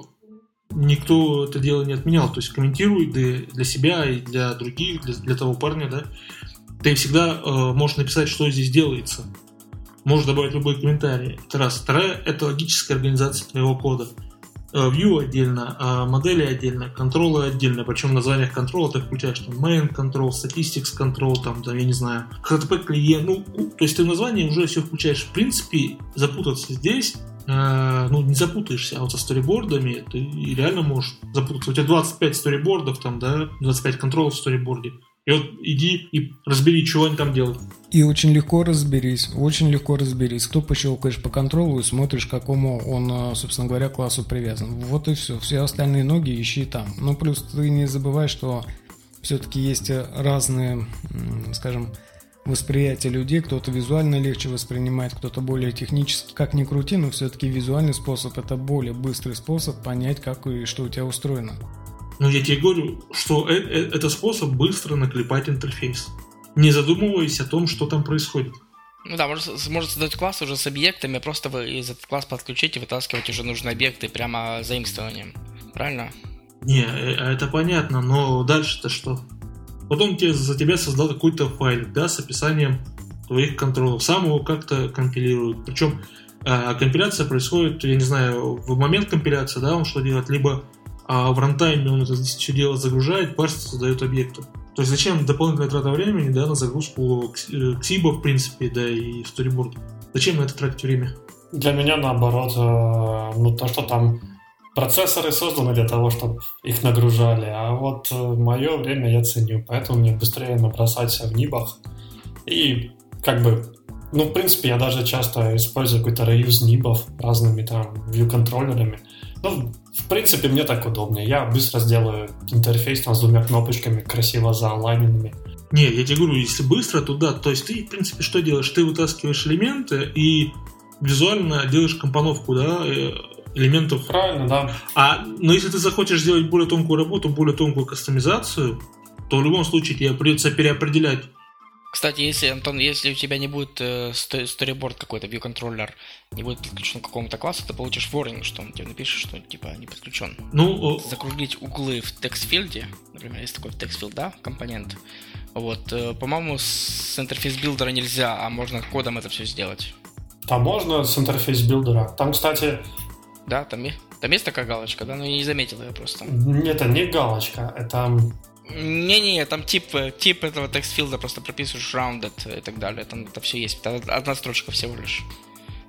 никто это дело не отменял. То есть комментируй для себя и для других, для того парня, да. Ты всегда можешь написать, что здесь делается. Можешь добавить любой комментарий. Это раз. Вторая – это логическая организация твоего кода. View отдельно, модели отдельно, контролы отдельно. Причем в названиях контрола ты включаешь там main control, statistics control, там, я не знаю, HTTP клиент. То есть ты в названии уже все включаешь. В принципе, запутаться здесь, не запутаешься, а вот со сторибордами ты реально можешь запутаться. У тебя 25 сторибордов, там, да, 25 контролов в сториборде. И вот иди и разбери, что они там делают. И очень легко разберись. Кто пощелкаешь по контролу и смотришь, к какому он, собственно говоря, классу привязан. Вот и все. Все остальные ноги ищи там. Ну, плюс ты не забывай, что все-таки есть разные, скажем, восприятия людей. Кто-то визуально легче воспринимает, кто-то более технически. Как ни крути, но все-таки визуальный способ – это более быстрый способ понять, как и что у тебя устроено. Но я тебе говорю, что это способ быстро наклепать интерфейс, не задумываясь о том, что там происходит. Ну да, может создать класс уже с объектами, просто вы из этот класс подключить и вытаскивать уже нужные объекты прямо заимствованием. Правильно? Не, это понятно, но дальше-то что? Потом за тебя создал какой-то файлик, да, с описанием твоих контролов. Сам его как-то компилирует. Причем компиляция происходит, я не знаю, в момент компиляции, да, он что делает, либо в рантайме он это все дело загружает, парсит, создает объекты. То есть зачем дополнительная трата времени, да, на загрузку ксиба, в принципе, да, и сториборд? Зачем на это тратить время? Для меня, наоборот, то, что там процессоры созданы для того, чтобы их нагружали, а вот мое время я ценю, поэтому мне быстрее набросать в нибах. И в принципе, я даже часто использую какой-то реюз нибов разными там view-контроллерами. В принципе, мне так удобнее. Я быстро сделаю интерфейс там с двумя кнопочками, красиво заалайненными. Не, я тебе говорю, если быстро, то да. То есть ты, в принципе, что делаешь? Ты вытаскиваешь элементы и визуально делаешь компоновку, да, элементов. Правильно, да. Но если ты захочешь сделать более тонкую работу, более тонкую кастомизацию, то в любом случае тебе придется переопределять. Кстати, Антон, если у тебя не будет storyboard какой-то, view-контроллер, не будет подключен к какому-то классу, ты получишь warning, что он тебе напишет, что типа не подключен. Закруглить углы в текст-филде, например, есть такой текст-филд, да, компонент. Вот, по-моему, с интерфейс-билдера нельзя, а можно кодом это все сделать. Там можно с интерфейс-билдера. Там, кстати... Да, там есть такая галочка, да, но я не заметил ее просто. Это не галочка, это... Не-не, там тип этого текстфилда просто прописываешь rounded и так далее. Там это все есть. Это одна строчка всего лишь.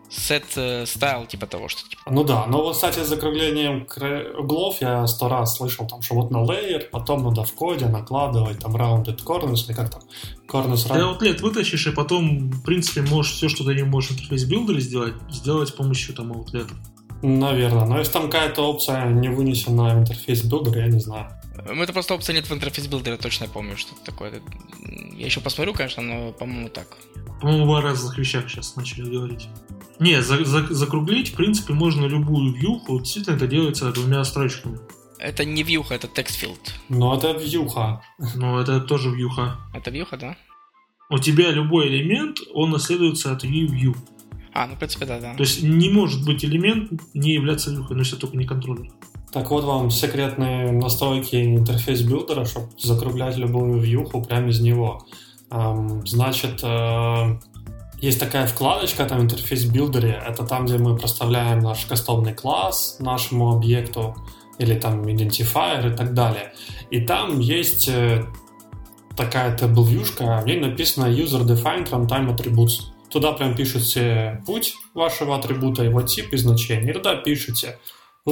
Set style, типа того, что типа. Ну да, но вот, кстати, с закруглением углов я 100 раз слышал, там, что вот на layer, потом надо в коде накладывать там rounded corners, или как там, corners Ты аутлет вытащишь, и потом, в принципе, можешь все, что ты не можешь в интерфейс-билдере сделать с помощью там аутлета. Наверное, но если там какая-то опция не вынесена в интерфейс-билдер, я не знаю. Это просто опция нет в интерфейс-билдере, точно я помню, что это такое. Я еще посмотрю, конечно, но, по-моему, так. По-моему, о разных вещах сейчас начали говорить. Не, закруглить, в принципе, можно любую вьюху. Действительно, это делается двумя строчками. Это не вьюха, это текстфилд. Но это вьюха. Но это тоже вьюха. Это вьюха, да? У тебя любой элемент, он наследуется от view. Ну, в принципе, да. То есть не может быть элемент не являться вьюхой, но если только не контроллер. Так вот вам секретные настройки интерфейс-билдера, чтобы закруглять любую вьюху прямо из него. Значит, есть такая вкладочка там в интерфейс-билдере, это там, где мы проставляем наш кастомный класс нашему объекту, или там identifier и так далее. И там есть такая table-вьюшка, в ней написано user-defined runtime attributes. Туда прям пишете путь вашего атрибута, его тип и значение. И туда пишете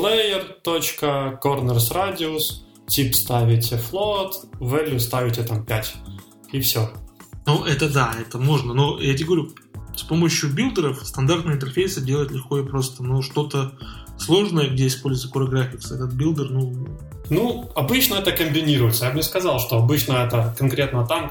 layer.cornersRadius, тип ставите float, value ставите там 5. И все. Ну, это да, это можно. Но я тебе говорю, с помощью билдеров стандартные интерфейсы делать легко и просто. Но что-то сложное, где используется Core Graphics, этот билдер, Ну, обычно это комбинируется. Я бы не сказал, что обычно это конкретно там.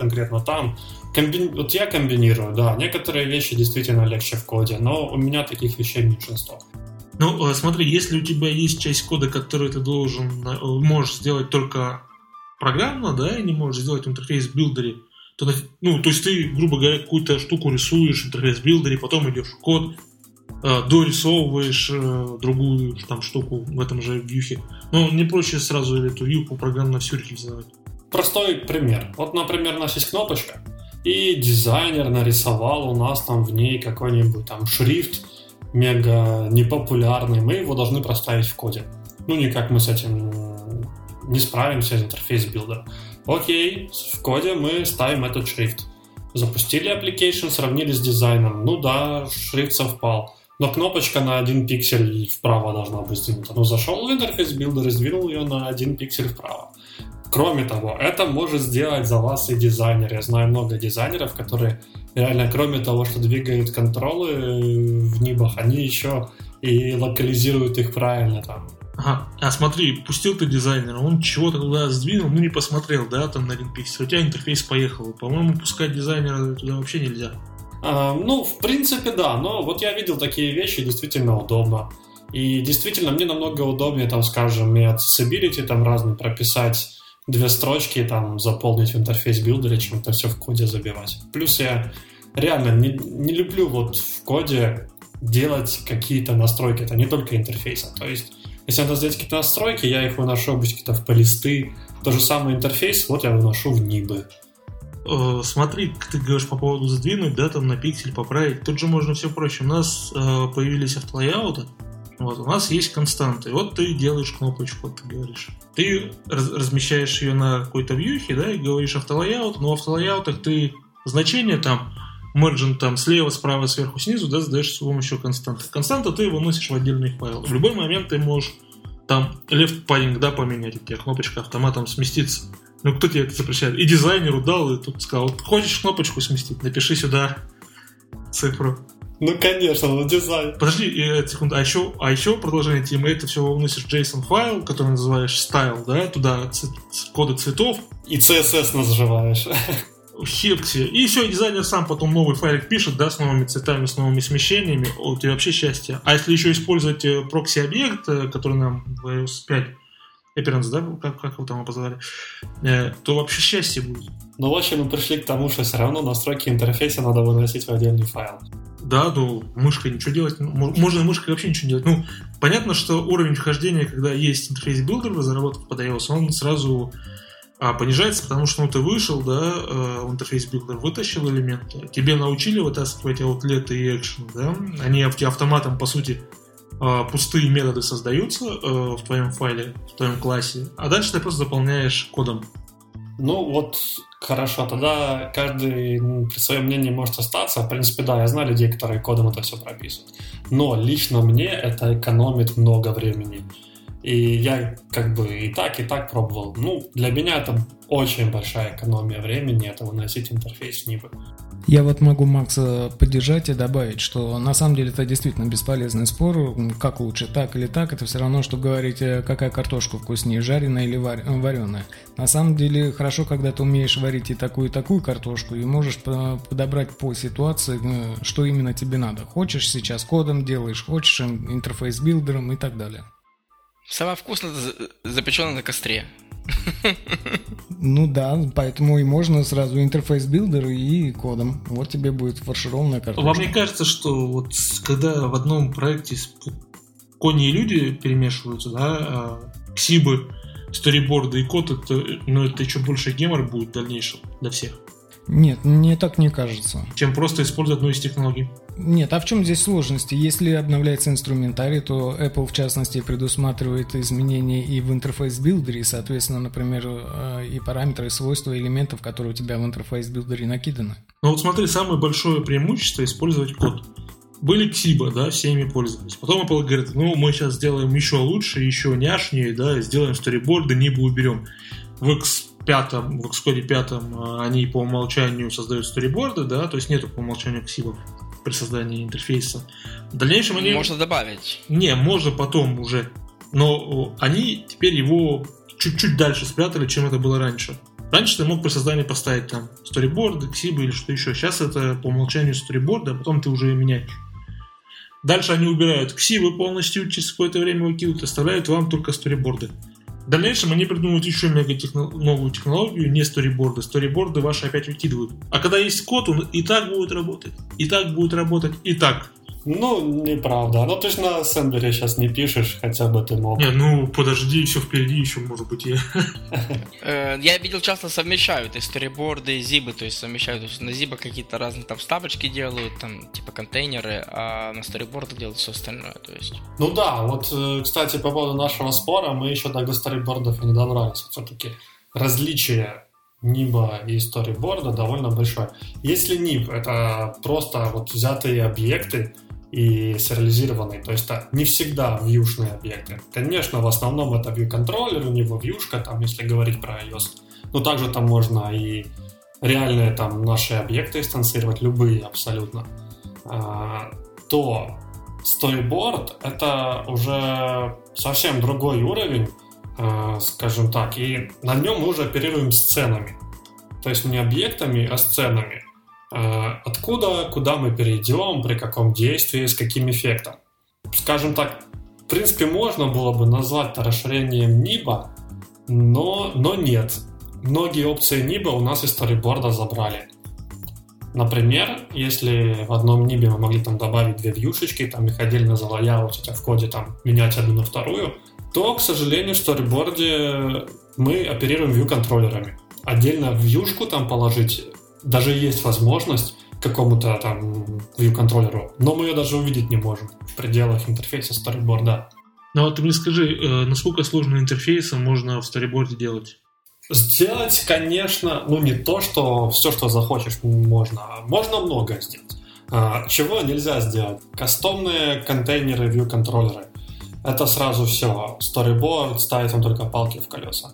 Вот я комбинирую, да. Некоторые вещи действительно легче в коде, но у меня таких вещей меньшинство. Ну, смотри, если у тебя есть часть кода, которую ты можешь сделать только программно, да, и не можешь сделать в интерфейс-билдере, то есть ты, грубо говоря, какую-то штуку рисуешь в интерфейс-билдере, потом идешь в код, дорисовываешь другую там штуку в этом же вьюхе. Но не проще сразу эту вьюху программно в сюрхе сделать. Простой пример. Вот, например, у нас есть кнопочка, и дизайнер нарисовал у нас там в ней какой-нибудь там шрифт мега непопулярный, мы его должны проставить в коде. Никак мы с этим не справимся из интерфейс-билдера. Окей, в коде мы ставим этот шрифт. Запустили application, сравнили с дизайном. Ну да, шрифт совпал. Но кнопочка на 1 пиксель вправо должна быть сдвинута. Зашел в интерфейс-билдер и сдвинул ее на 1 пиксель вправо. Кроме того, это может сделать за вас и дизайнер. Я знаю много дизайнеров, которые реально, кроме того, что двигают контролы в нибах, они еще и локализируют их правильно там. Ага, смотри, пустил ты дизайнера, он чего-то туда сдвинул, не посмотрел, да, там на 1 пиксель, у тебя интерфейс поехал. По-моему, пускать дизайнера туда вообще нельзя. В принципе, да, но вот я видел такие вещи, действительно удобно. И действительно, мне намного удобнее, там, скажем, и accessibility там разные прописать, 2 строчки там заполнить в интерфейс-билдере, чем это все в коде забивать. Плюс я реально не люблю вот в коде делать какие-то настройки, это не только интерфейса. То есть, если надо сделать какие-то настройки, я их выношу обычно какие-то в полисты. То же самое интерфейс, вот я выношу в нибы. Смотри, ты говоришь по поводу сдвинуть, да, там на пиксель поправить. Тут же можно все проще. У нас появились автолайауты. Вот, у нас есть константы. Вот ты делаешь кнопочку, вот ты говоришь. Ты размещаешь ее на какой-то вьюхе, да, и говоришь автолайаут, но в автолайаутах ты значение там, margin там слева, справа, сверху, снизу, да, задаешь с помощью константы. Константу ты выносишь в отдельный файл. В любой момент ты можешь там left padding, да, поменять, у тебя кнопочка автоматом сместится. Кто тебе это запрещает? И дизайнеру дал, и тут сказал, вот хочешь кнопочку сместить, напиши сюда цифру. Конечно, дизайн. Подожди, секунду, а еще продолжение темы, это все выносишь в JSON файл, который называешь style, да, туда коды цветов. И CSS называешь. Хепси. И все, дизайнер сам потом новый файлик пишет, да, с новыми цветами, с новыми смещениями. Вот и вообще счастье. А если еще использовать прокси-объект, который нам в iOS 5 Appearance, да, как его там обозвали, то вообще счастье будет. В общем, мы пришли к тому, что все равно настройки интерфейса надо выносить в отдельный файл. Да, мышкой ничего делать. Можно мышкой вообще ничего не делать. Понятно, что уровень вхождения, когда есть интерфейс-билдер в разработке под iOS, он сразу понижается, потому что ты вышел, да, в интерфейс-билдер, вытащил элементы, тебе научили вытаскивать аутлеты и экшены, да, они автоматом, по сути, пустые методы создаются в твоем файле, в твоем классе, а дальше ты просто заполняешь кодом. Вот Хорошо, тогда каждый при своем мнении может остаться. В принципе, да, я знаю людей, которые кодом это все прописывают. Но лично мне это экономит много времени. И я как бы и так пробовал. Для меня это очень большая экономия времени, это выносить интерфейс Nib. Я вот могу Макса поддержать и добавить, что на самом деле это действительно бесполезный спор, как лучше, так или так, это все равно, что говорить, какая картошка вкуснее, жареная или вареная. На самом деле хорошо, когда ты умеешь варить и такую картошку, и можешь подобрать по ситуации, что именно тебе надо. Хочешь сейчас кодом делаешь, хочешь интерфейс-билдером и так далее. Самое вкусное запечено на костре. Ну да, поэтому и можно сразу интерфейс-билдер и кодом. Вот тебе будет фаршированная картошка. Вам не кажется, что вот когда в одном проекте кони и люди перемешиваются, да, ксибы, сториборды и код, это еще больше гемор будет в дальнейшем для всех? Нет, мне так не кажется. Чем просто использовать одну из технологий. Нет, а в чем здесь сложности? Если обновляется инструментарий, то Apple, в частности, предусматривает изменения и в интерфейс-билдере, и, соответственно, например, и параметры, и свойства элементов, которые у тебя в интерфейс-билдере накиданы. Ну вот смотри, самое большое преимущество использовать код. Были ксибы, да, все ими пользовались. Потом Apple говорит, мы сейчас сделаем еще лучше, еще няшнее, да, сделаем сториборды, Nib уберем. В Xcode 5 они по умолчанию создают сториборды, да, то есть нету по умолчанию ксибов при создании интерфейса. В дальнейшем они... Можно добавить. Не, можно потом уже. Но они теперь его чуть-чуть дальше спрятали, чем это было раньше. Раньше ты мог при создании поставить там сториборды, ксибы или что еще. Сейчас это по умолчанию сториборды, а потом ты уже меняешь. Дальше они убирают ксибы полностью, через какое-то время выкидывают, оставляют вам только сториборды. В дальнейшем они придумают еще новую технологию, не сториборды. Сториборды ваши опять выкидывают. А когда есть код, он и так будет работать, и так будет работать, и так. Неправда. Ты же на ассемблере сейчас не пишешь, хотя бы ты мог. Подожди, еще впереди, еще может быть Я видел, часто совмещают и сториборды, и зибы, то есть совмещают. То есть на зибы какие-то разные там вставочки делают, там типа контейнеры, а на сториборды делают все остальное, то есть. Кстати, по поводу нашего спора, мы еще до сторибордов и не добрались. Все-таки различие Ниба и сториборда довольно большое. Если Nib — это просто взятые объекты и сериализированные, то есть это не всегда вьюшные объекты. Конечно, в основном это view-контроллер, у него вьюшка, там, если говорить про iOS. Но также там можно и реальные там наши объекты инстанцировать, любые абсолютно. То storyboard — это уже совсем другой уровень, скажем так, и на нем мы уже оперируем сценами. То есть не объектами, а сценами. Откуда, куда мы перейдем, при каком действии, с каким эффектом. Скажем так, в принципе, можно было бы назвать это расширением Nib, но нет. Многие опции Nib у нас из сториборда забрали. Например, если в одном Nib мы могли там добавить две вьюшечки, там их отдельно залояутить, а в коде там менять одну на вторую, то, к сожалению, в сториборде мы оперируем view-контроллерами. Отдельно вьюшку там положить, даже есть возможность какому-то там view-контроллеру, но мы ее даже увидеть не можем в пределах интерфейса сториборда. Ты мне скажи, насколько сложные интерфейсы можно в сториборде делать? Сделать, конечно, не то, что все, что захочешь, можно. Можно многое сделать. Чего нельзя сделать? Кастомные контейнеры view-контроллеры. Это сразу все. Storyboard ставит вам только палки в колеса.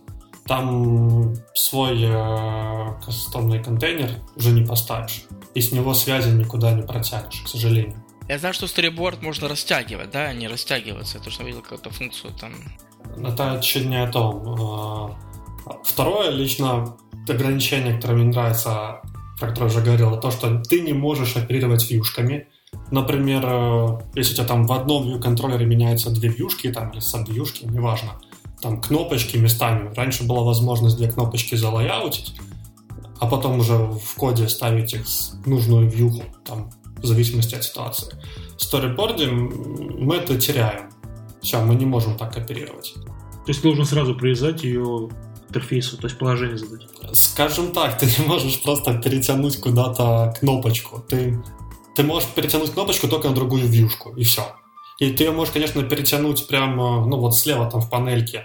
Там свой кастомный контейнер уже не поставишь. И с него связи никуда не протянешь, к сожалению. Я знаю, что storyboard можно растягивать, да, а не растягиваться. Я точно видел какую-то функцию там. Это чуть не о том. Второе, лично ограничение, которое мне нравится, про которое я уже говорил, то, что ты не можешь оперировать вьюшками. Например, если у тебя там в одном view-контроллере меняются две вьюшки там, или саб-вьюшки, неважно, там кнопочки местами. Раньше была возможность две кнопочки залояутить, а потом уже в коде ставить их в нужную вьюху, там, в зависимости от ситуации. В сториборде мы это теряем. Все, мы не можем так оперировать. То есть должен сразу привязать ее к интерфейсу, то есть положение задать? Скажем так, ты не можешь просто перетянуть куда-то кнопочку. Ты можешь перетянуть кнопочку только на другую вьюшку, и все. И ты ее можешь, конечно, перетянуть прямо, слева там в панельке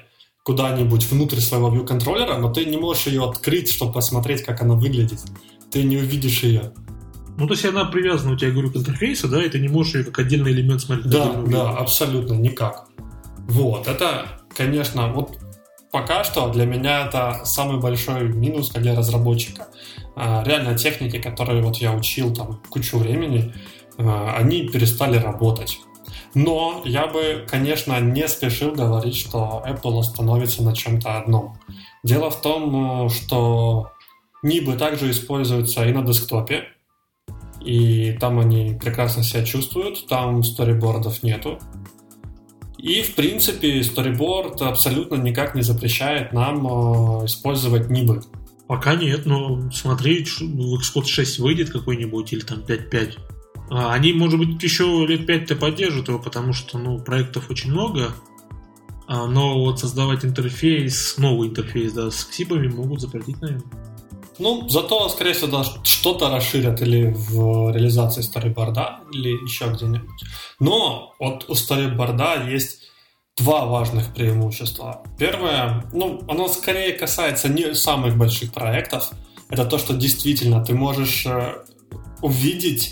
куда-нибудь внутрь своего view-контроллера, но ты не можешь ее открыть, чтобы посмотреть, как она выглядит. Ты не увидишь ее. Ну, то есть она привязана у тебя, говорю, к интерфейсу, да, и ты не можешь ее как отдельный элемент смотреть. Да, абсолютно никак. Вот, это, конечно, вот пока что для меня это самый большой минус как для разработчика. Реально техники, которые вот я учил там кучу времени, они перестали работать. Но я бы, конечно, не спешил говорить, что Apple остановится на чем-то одном. Дело в том, что нибы также используются и на десктопе, и там они прекрасно себя чувствуют, там сторибордов нету. И, в принципе, сториборд абсолютно никак не запрещает нам использовать нибы. Пока нет, но смотри, в Xcode 6 выйдет какой-нибудь, или там 5.5. Они, может быть, еще лет 5-то поддержат его, потому что, проектов очень много. Но вот создавать интерфейс, новый интерфейс, да, с ксибами могут запретить, наверное. Зато, скорее всего, что-то расширят или в реализации сториборда, или еще где-нибудь. Но вот у сториборда есть два важных преимущества. Первое, оно скорее касается не самых больших проектов. Это то, что действительно ты можешь увидеть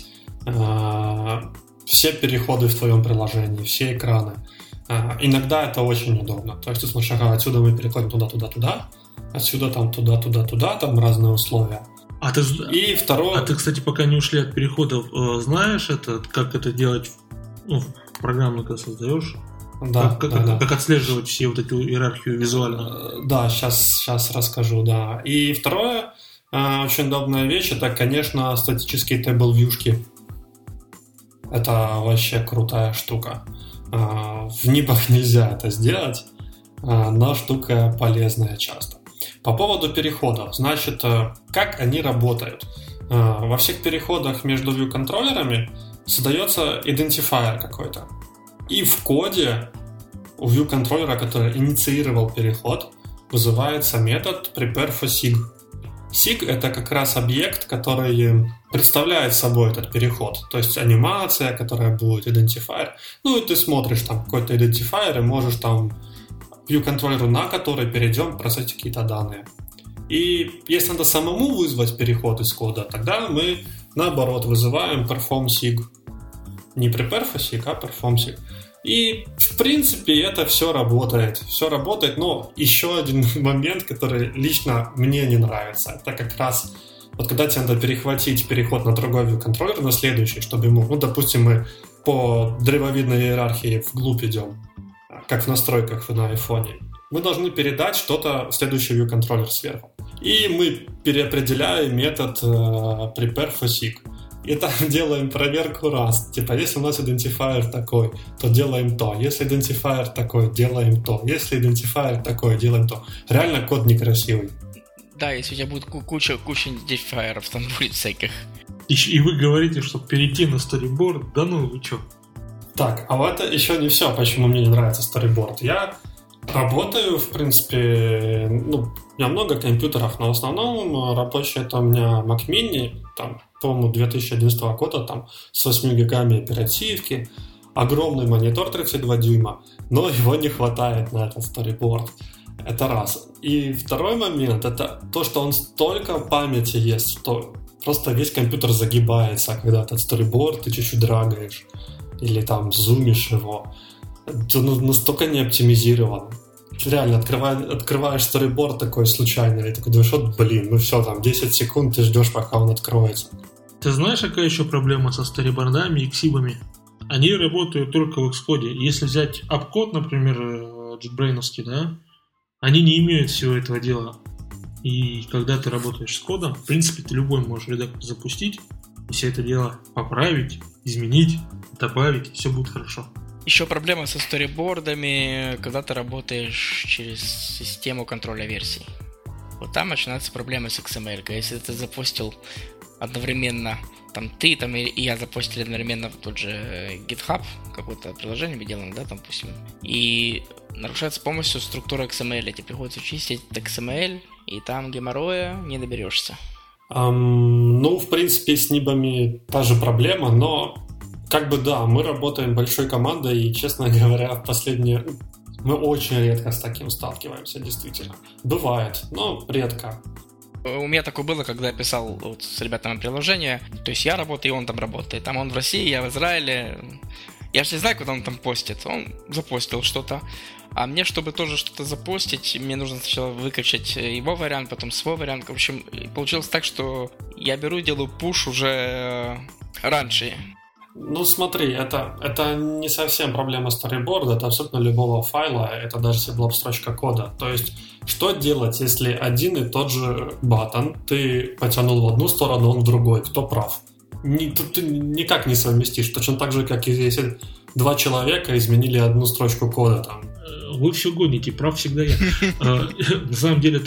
все переходы в твоем приложении, все экраны. Иногда это очень удобно. То есть ты смотришь, отсюда мы переходим туда, отсюда там туда, там разные условия. И второе... А ты, кстати, пока не ушли от переходов, знаешь как это делать в программу, когда создаешь? Да, как отслеживать все вот эту иерархию визуально? Да, сейчас расскажу, да. И второе, очень удобная вещь, это, конечно, статические тейбл-вьюшки. Это вообще крутая штука. В нибах нельзя это сделать, но штука полезная часто. По поводу переходов, значит, как они работают? Во всех переходах между view-контроллерами создается идентифайер какой-то. И в коде у view-контроллера, который инициировал переход, вызывается метод prepareForSig. Sig — это как раз объект, который представляет собой этот переход. То есть анимация, которая будет, идентифайер. И ты смотришь там какой-то идентифайер и можешь там view-контроллеру, на который перейдем, бросать какие-то данные. И если надо самому вызвать переход из кода, тогда мы, наоборот, вызываем performSig. Не prepareForSig, а performSig. И, в принципе, это все работает. Но еще один момент, который лично мне не нравится, это как раз вот когда тебе надо перехватить переход на другой view-контроллер, на следующий, чтобы ему, допустим, мы по древовидной иерархии вглубь идем, как в настройках на айфоне, мы должны передать что-то в следующий view-контроллер сверху. И мы переопределяем метод prepareForSig. И там делаем проверку раз. Если у нас идентифайер такой, то делаем то. Если идентифайер такой, делаем то. Если идентифайер такой, делаем то. Реально код некрасивый. Да, если у тебя будет куча идентифайеров, там будет всяких. И вы говорите, что перейти на сториборд, да вы чё? Так, а вот это еще не все, почему мне не нравится сториборд. Я работаю, в принципе, у меня много компьютеров, но в основном рабочий это у меня Mac Mini, там, по-моему, 2011 года, там, с 8 гигами оперативки, огромный монитор 32 дюйма, но его не хватает на этот сториборд. Это раз. И второй момент, это то, что он столько памяти есть, что просто весь компьютер загибается, когда этот сториборд ты чуть-чуть драгаешь или там зумишь его. Это настолько не оптимизирован. Реально, открываешь сториборд такой случайно, и такой думаешь, все, там 10 секунд ты ждешь, пока он откроется. Ты знаешь, какая еще проблема со сторибордами и ксибами? Они работают только в Xcode. Если взять апкод, например, JetBrains-овский, да, они не имеют всего этого дела. И когда ты работаешь с кодом, в принципе, ты любой можешь редактор запустить, и все это дело поправить, изменить, добавить, и все будет хорошо. Еще проблема со сторибордами, когда ты работаешь через систему контроля версий. Вот там начинаются проблемы с XML. Если ты запустил одновременно, ты и я запустили одновременно в тот же GitHub, какое-то приложение мы делаем, да, там, допустим, и нарушается полностью структура XML. Тебе приходится чистить XML, и там геморроя не доберешься. В принципе, с нибами та же проблема, но мы работаем большой командой, и, честно говоря, в Мы очень редко с таким сталкиваемся, действительно. Бывает, но редко. У меня такое было, когда я писал вот с ребятами приложение. То есть я работаю, и он там работает. Там он в России, я в Израиле. Я же не знаю, куда он там постит. Он запостил что-то. А мне, чтобы тоже что-то запостить, мне нужно сначала выкачать его вариант, потом свой вариант. В общем, получилось так, что я беру и делаю пуш уже раньше. Ну смотри, это не совсем проблема сториборда, это абсолютно любого файла, это даже если была бы строчка кода. То есть, что делать, если один и тот же баттон ты потянул в одну сторону, он в другой? Кто прав? Тут ты никак не совместишь. Точно так же, как и если два человека изменили одну строчку кода там. Вы все гоните, прав всегда я. На самом деле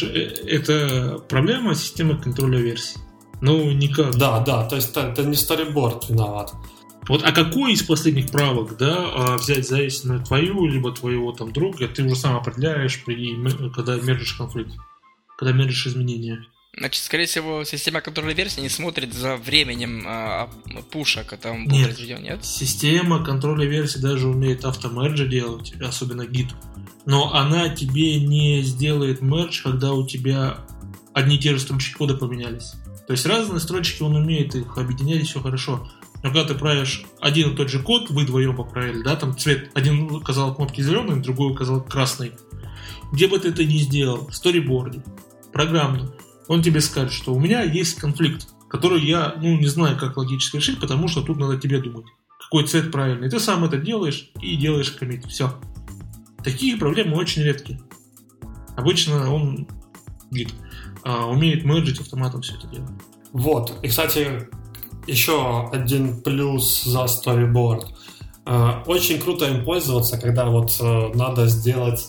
это проблема системы контроля версий. Ну, никак. Да, то есть это не сториборд виноват. Вот, а какой из последних правок, да, взять зависит на твою, либо твоего там друга, ты уже сам определяешь, когда мержишь конфликт, когда мержишь изменения. Значит, скорее всего, система контроля версий не смотрит за временем пуша, когда он был произведен, нет? Система контроля версий даже умеет автомерджи делать, особенно гид. Но она тебе не сделает мердж, когда у тебя одни и те же строчки кода поменялись. То есть разные строчки он умеет их объединять, и все хорошо. Но когда ты правишь один и тот же код, вы вдвоем поправили, да, там цвет, один указал кнопки зеленый, другой указал красный. Где бы ты это ни сделал, в сториборде, программно, он тебе скажет, что у меня есть конфликт, который я, не знаю, как логически решить, потому что тут надо тебе думать, какой цвет правильный. Ты сам это делаешь и делаешь коммит. Все. Такие проблемы очень редкие. Обычно он гид умеет мерджить автоматом все это дело. Вот. И, кстати, еще один плюс за Storyboard. Очень круто им пользоваться, когда вот надо сделать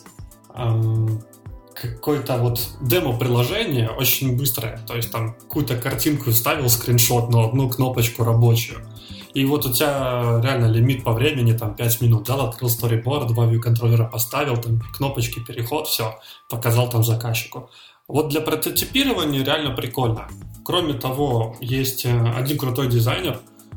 какое-то вот демо-приложение очень быстрое. То есть там какую-то картинку вставил, скриншот на одну кнопочку рабочую. И вот у тебя реально лимит по времени, там 5 минут. Дал, открыл Storyboard, 2 view-контроллера поставил, там кнопочки, переход, все, показал там заказчику. Вот для прототипирования реально прикольно. Кроме того, есть один крутой дизайнер,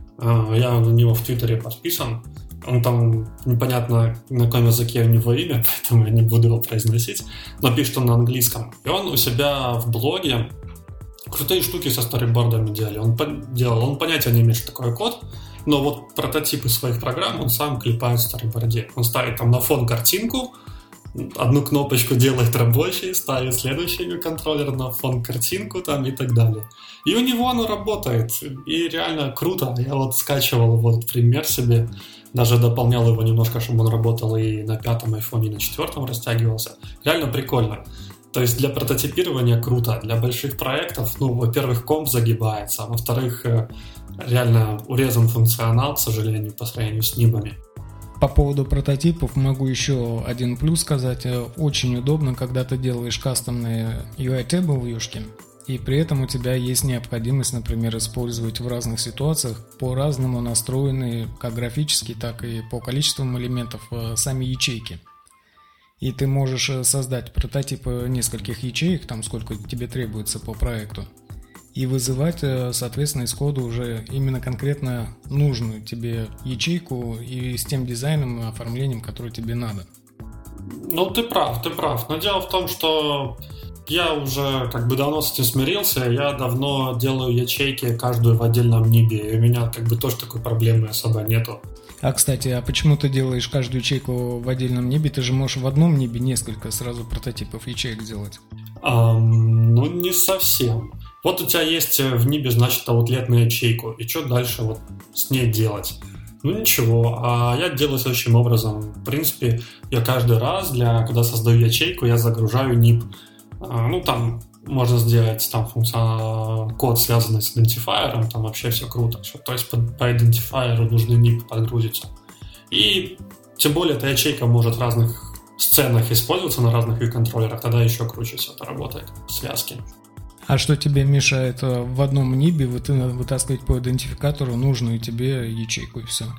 я на него в Твиттере подписан, он там непонятно на каком языке у него имя, поэтому я не буду его произносить, но пишет он на английском. И он у себя в блоге крутые штуки со сторибордами делал. Он понятия не имеет, что такое код, но вот прототипы своих программ он сам клепает в сториборде. Он ставит там на фон картинку, одну кнопочку делает рабочий, ставит следующий контроллер на фон картинку там и так далее. И у него оно работает. И реально круто. Я вот скачивал вот пример себе, даже дополнял его немножко, чтобы он работал и на 5-м айфоне, и на 4-м растягивался. Реально прикольно. То есть для прототипирования круто. Для больших проектов, во-первых, комп загибается, а во-вторых, реально урезан функционал, к сожалению, по сравнению с нибами. По поводу прототипов могу еще один плюс сказать. Очень удобно, когда ты делаешь кастомные UI-тэблы-вьюшки, и при этом у тебя есть необходимость, например, использовать в разных ситуациях по-разному настроенные как графически, так и по количеству элементов сами ячейки. И ты можешь создать прототипы нескольких ячеек, там сколько тебе требуется по проекту, и вызывать, соответственно, из кода уже именно конкретно нужную тебе ячейку и с тем дизайном и оформлением, которое тебе надо. Ты прав. Но дело в том, что я уже давно с этим смирился, я давно делаю ячейки каждую в отдельном нибе, и у меня тоже такой проблемы особо нету. А, кстати, почему ты делаешь каждую ячейку в отдельном нибе? Ты же можешь в одном нибе несколько сразу прототипов ячеек сделать. Не совсем. Вот у тебя есть в нибе, значит, аутлетную ячейку, и что дальше вот с ней делать? Ничего, а я делаю следующим образом. В принципе, я каждый раз, когда создаю ячейку, я загружаю ниб. Там можно сделать код, связанный с идентифайером, там вообще все круто. То есть по идентифайеру нужный ниб подгрузится. И тем более эта ячейка может в разных сценах использоваться на разных view-контроллерах, тогда еще круче все это работает в связке. А что тебе мешает в одном нибе вытаскивать по идентификатору нужную тебе ячейку и все?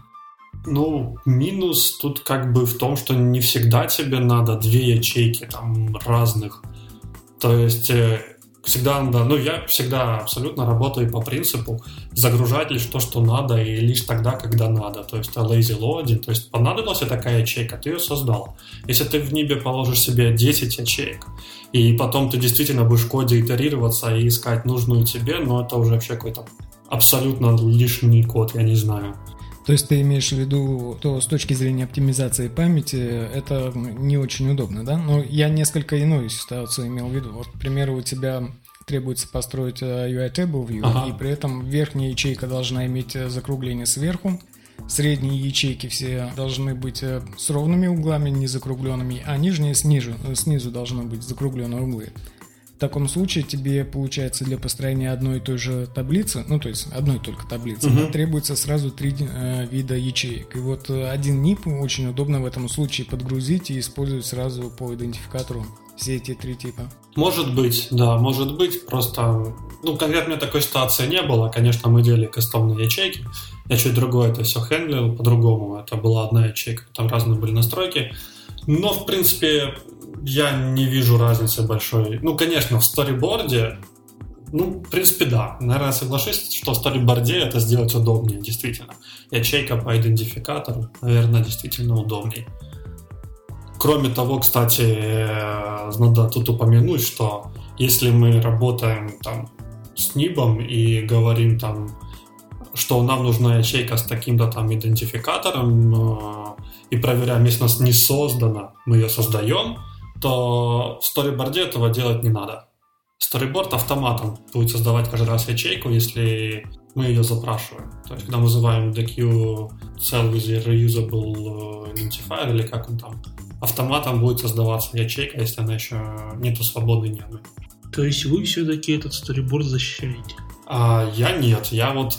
Минус тут в том, что не всегда тебе надо две ячейки там разных. То есть Всегда надо, я всегда абсолютно работаю по принципу загружать лишь то, что надо, и лишь тогда, когда надо. То есть lazy loading, то есть понадобилась такая ячейка, ты ее создал. Если ты в Nib положишь себе 10 ячеек, и потом ты действительно будешь в коде итерироваться и искать нужную тебе, но это уже вообще какой-то абсолютно лишний код, я не знаю. То есть ты имеешь в виду, что с точки зрения оптимизации памяти это не очень удобно, да? Но я несколько иную ситуацию имел в виду. Вот, к примеру, у тебя требуется построить UI Table View, и при этом верхняя ячейка должна иметь закругление сверху, средние ячейки все должны быть с ровными углами, не закругленными, а нижние снизу должны быть закругленные углы. В таком случае тебе, получается, для построения одной и той же таблицы, то есть одной только таблицы, требуется сразу 3 вида ячеек. И вот один NIP очень удобно в этом случае подгрузить и использовать сразу по идентификатору все эти 3 типа. Может быть, да, может быть. Просто, конкретно у меня такой ситуации не было. Конечно, мы делали кастомные ячейки. Я чуть другое это все хендлил, по-другому. Это была одна ячейка, там разные были настройки. Но, в принципе, я не вижу разницы большой. Конечно, в сториборде, в принципе, да. Наверное, соглашусь, что в сториборде это сделать удобнее, действительно. Ячейка по идентификатору, наверное, действительно удобнее. Кроме того, кстати, надо тут упомянуть, что если мы работаем там с Nib'ом и говорим там, что нам нужна ячейка с таким-то там идентификатором, и проверяем, если у нас не создана, мы ее создаем, то в сториборде этого делать не надо. Сториборд автоматом будет создавать каждый раз ячейку, если мы ее запрашиваем. То есть, когда мы вызываем DQ cell with reusable identifier, или как он там, автоматом будет создаваться ячейка, если она еще нету свободной ни одной. То есть вы все-таки этот сториборд защищаете? Я нет. Я вот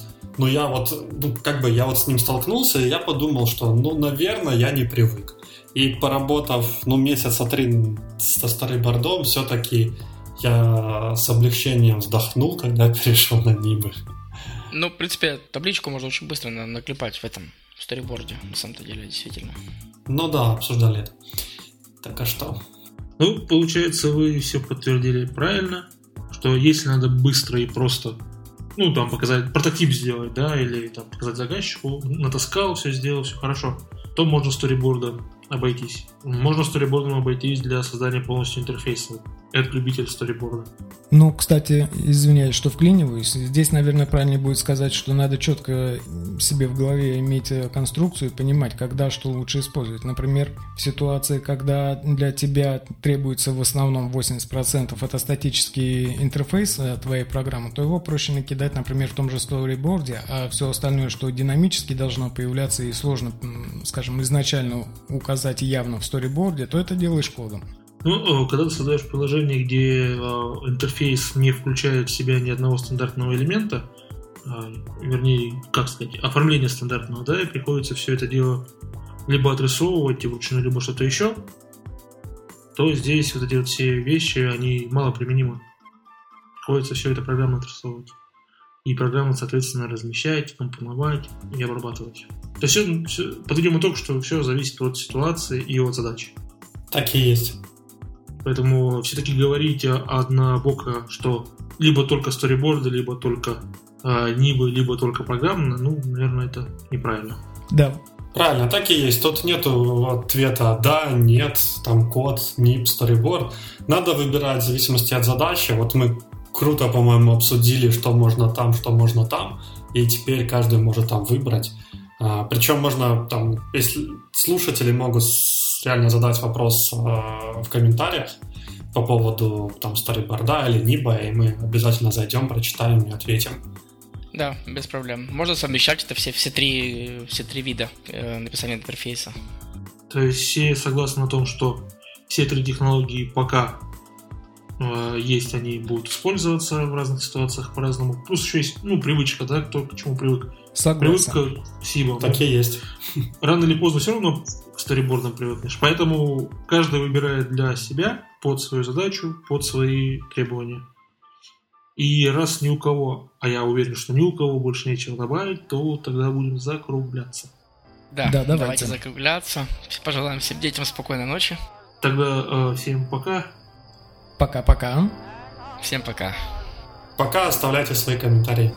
с ним столкнулся, и я подумал, что, наверное, я не привык. И поработав, месяца 3 со сторибордом, все-таки я с облегчением вздохнул, когда перешел на Nib. В принципе, табличку можно очень быстро наклепать в этом сториборде, на самом-то деле, действительно. Да, обсуждали это. Так, а что? Получается, вы все подтвердили правильно, что если надо быстро и просто, показать, прототип сделать, да, или там показать заказчику, натаскал, все сделал, все хорошо, то можно сторибордом обойтись. Можно сторибордом обойтись для создания полностью интерфейса. Это любитель сториборда. Кстати, извиняюсь, что вклиниваюсь. Здесь, наверное, правильнее будет сказать, что надо четко себе в голове иметь конструкцию и понимать, когда что лучше использовать. Например, в ситуации, когда для тебя требуется в основном 80% это статический интерфейс твоей программы, то его проще накидать, например, в том же сториборде, а все остальное, что динамически должно появляться и сложно, скажем, изначально указать явно в сториборде, то это делаешь кодом. Когда ты создаешь приложение, где интерфейс не включает в себя ни одного стандартного элемента, оформление стандартного, да, и приходится все это дело либо отрисовывать вручную, либо что-то еще, то здесь вот эти все вещи, они мало применимы. Приходится все это программно отрисовывать. И программно, соответственно, размещать, компоновать и обрабатывать. То есть подведем итог, что все зависит от ситуации и от задачи. Так и есть. Поэтому все-таки говорить однобоко, что либо только сториборды, либо только Nib, либо только программно, наверное, это неправильно. Да. Правильно, так и есть. Тут нету ответа да, нет, там код, Nib, сториборд. Надо выбирать в зависимости от задачи. Вот мы круто, по-моему, обсудили, что можно там, и теперь каждый может там выбрать. Причем можно там, если слушатели могут реально задать вопрос в комментариях по поводу там сториборда или Nib, и мы обязательно зайдем, прочитаем и ответим. Да, без проблем. Можно совмещать это все три вида написания интерфейса. То есть все согласны на том, что все 3 технологии пока есть, они будут использоваться в разных ситуациях по-разному. Плюс еще есть, привычка, да, кто к чему привык. Согласен. Привычка к Сибам. Так и есть. Рано или поздно все равно к сторибордам привыкнешь. Поэтому каждый выбирает для себя под свою задачу, под свои требования. И раз ни у кого, а я уверен, что ни у кого больше нечего добавить, то тогда будем закругляться. Да, давайте закругляться. Пожелаем всем детям спокойной ночи. Тогда всем пока. Пока-пока. Всем пока. Пока, оставляйте свои комментарии.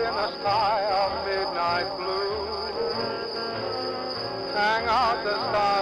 Hang out the stars.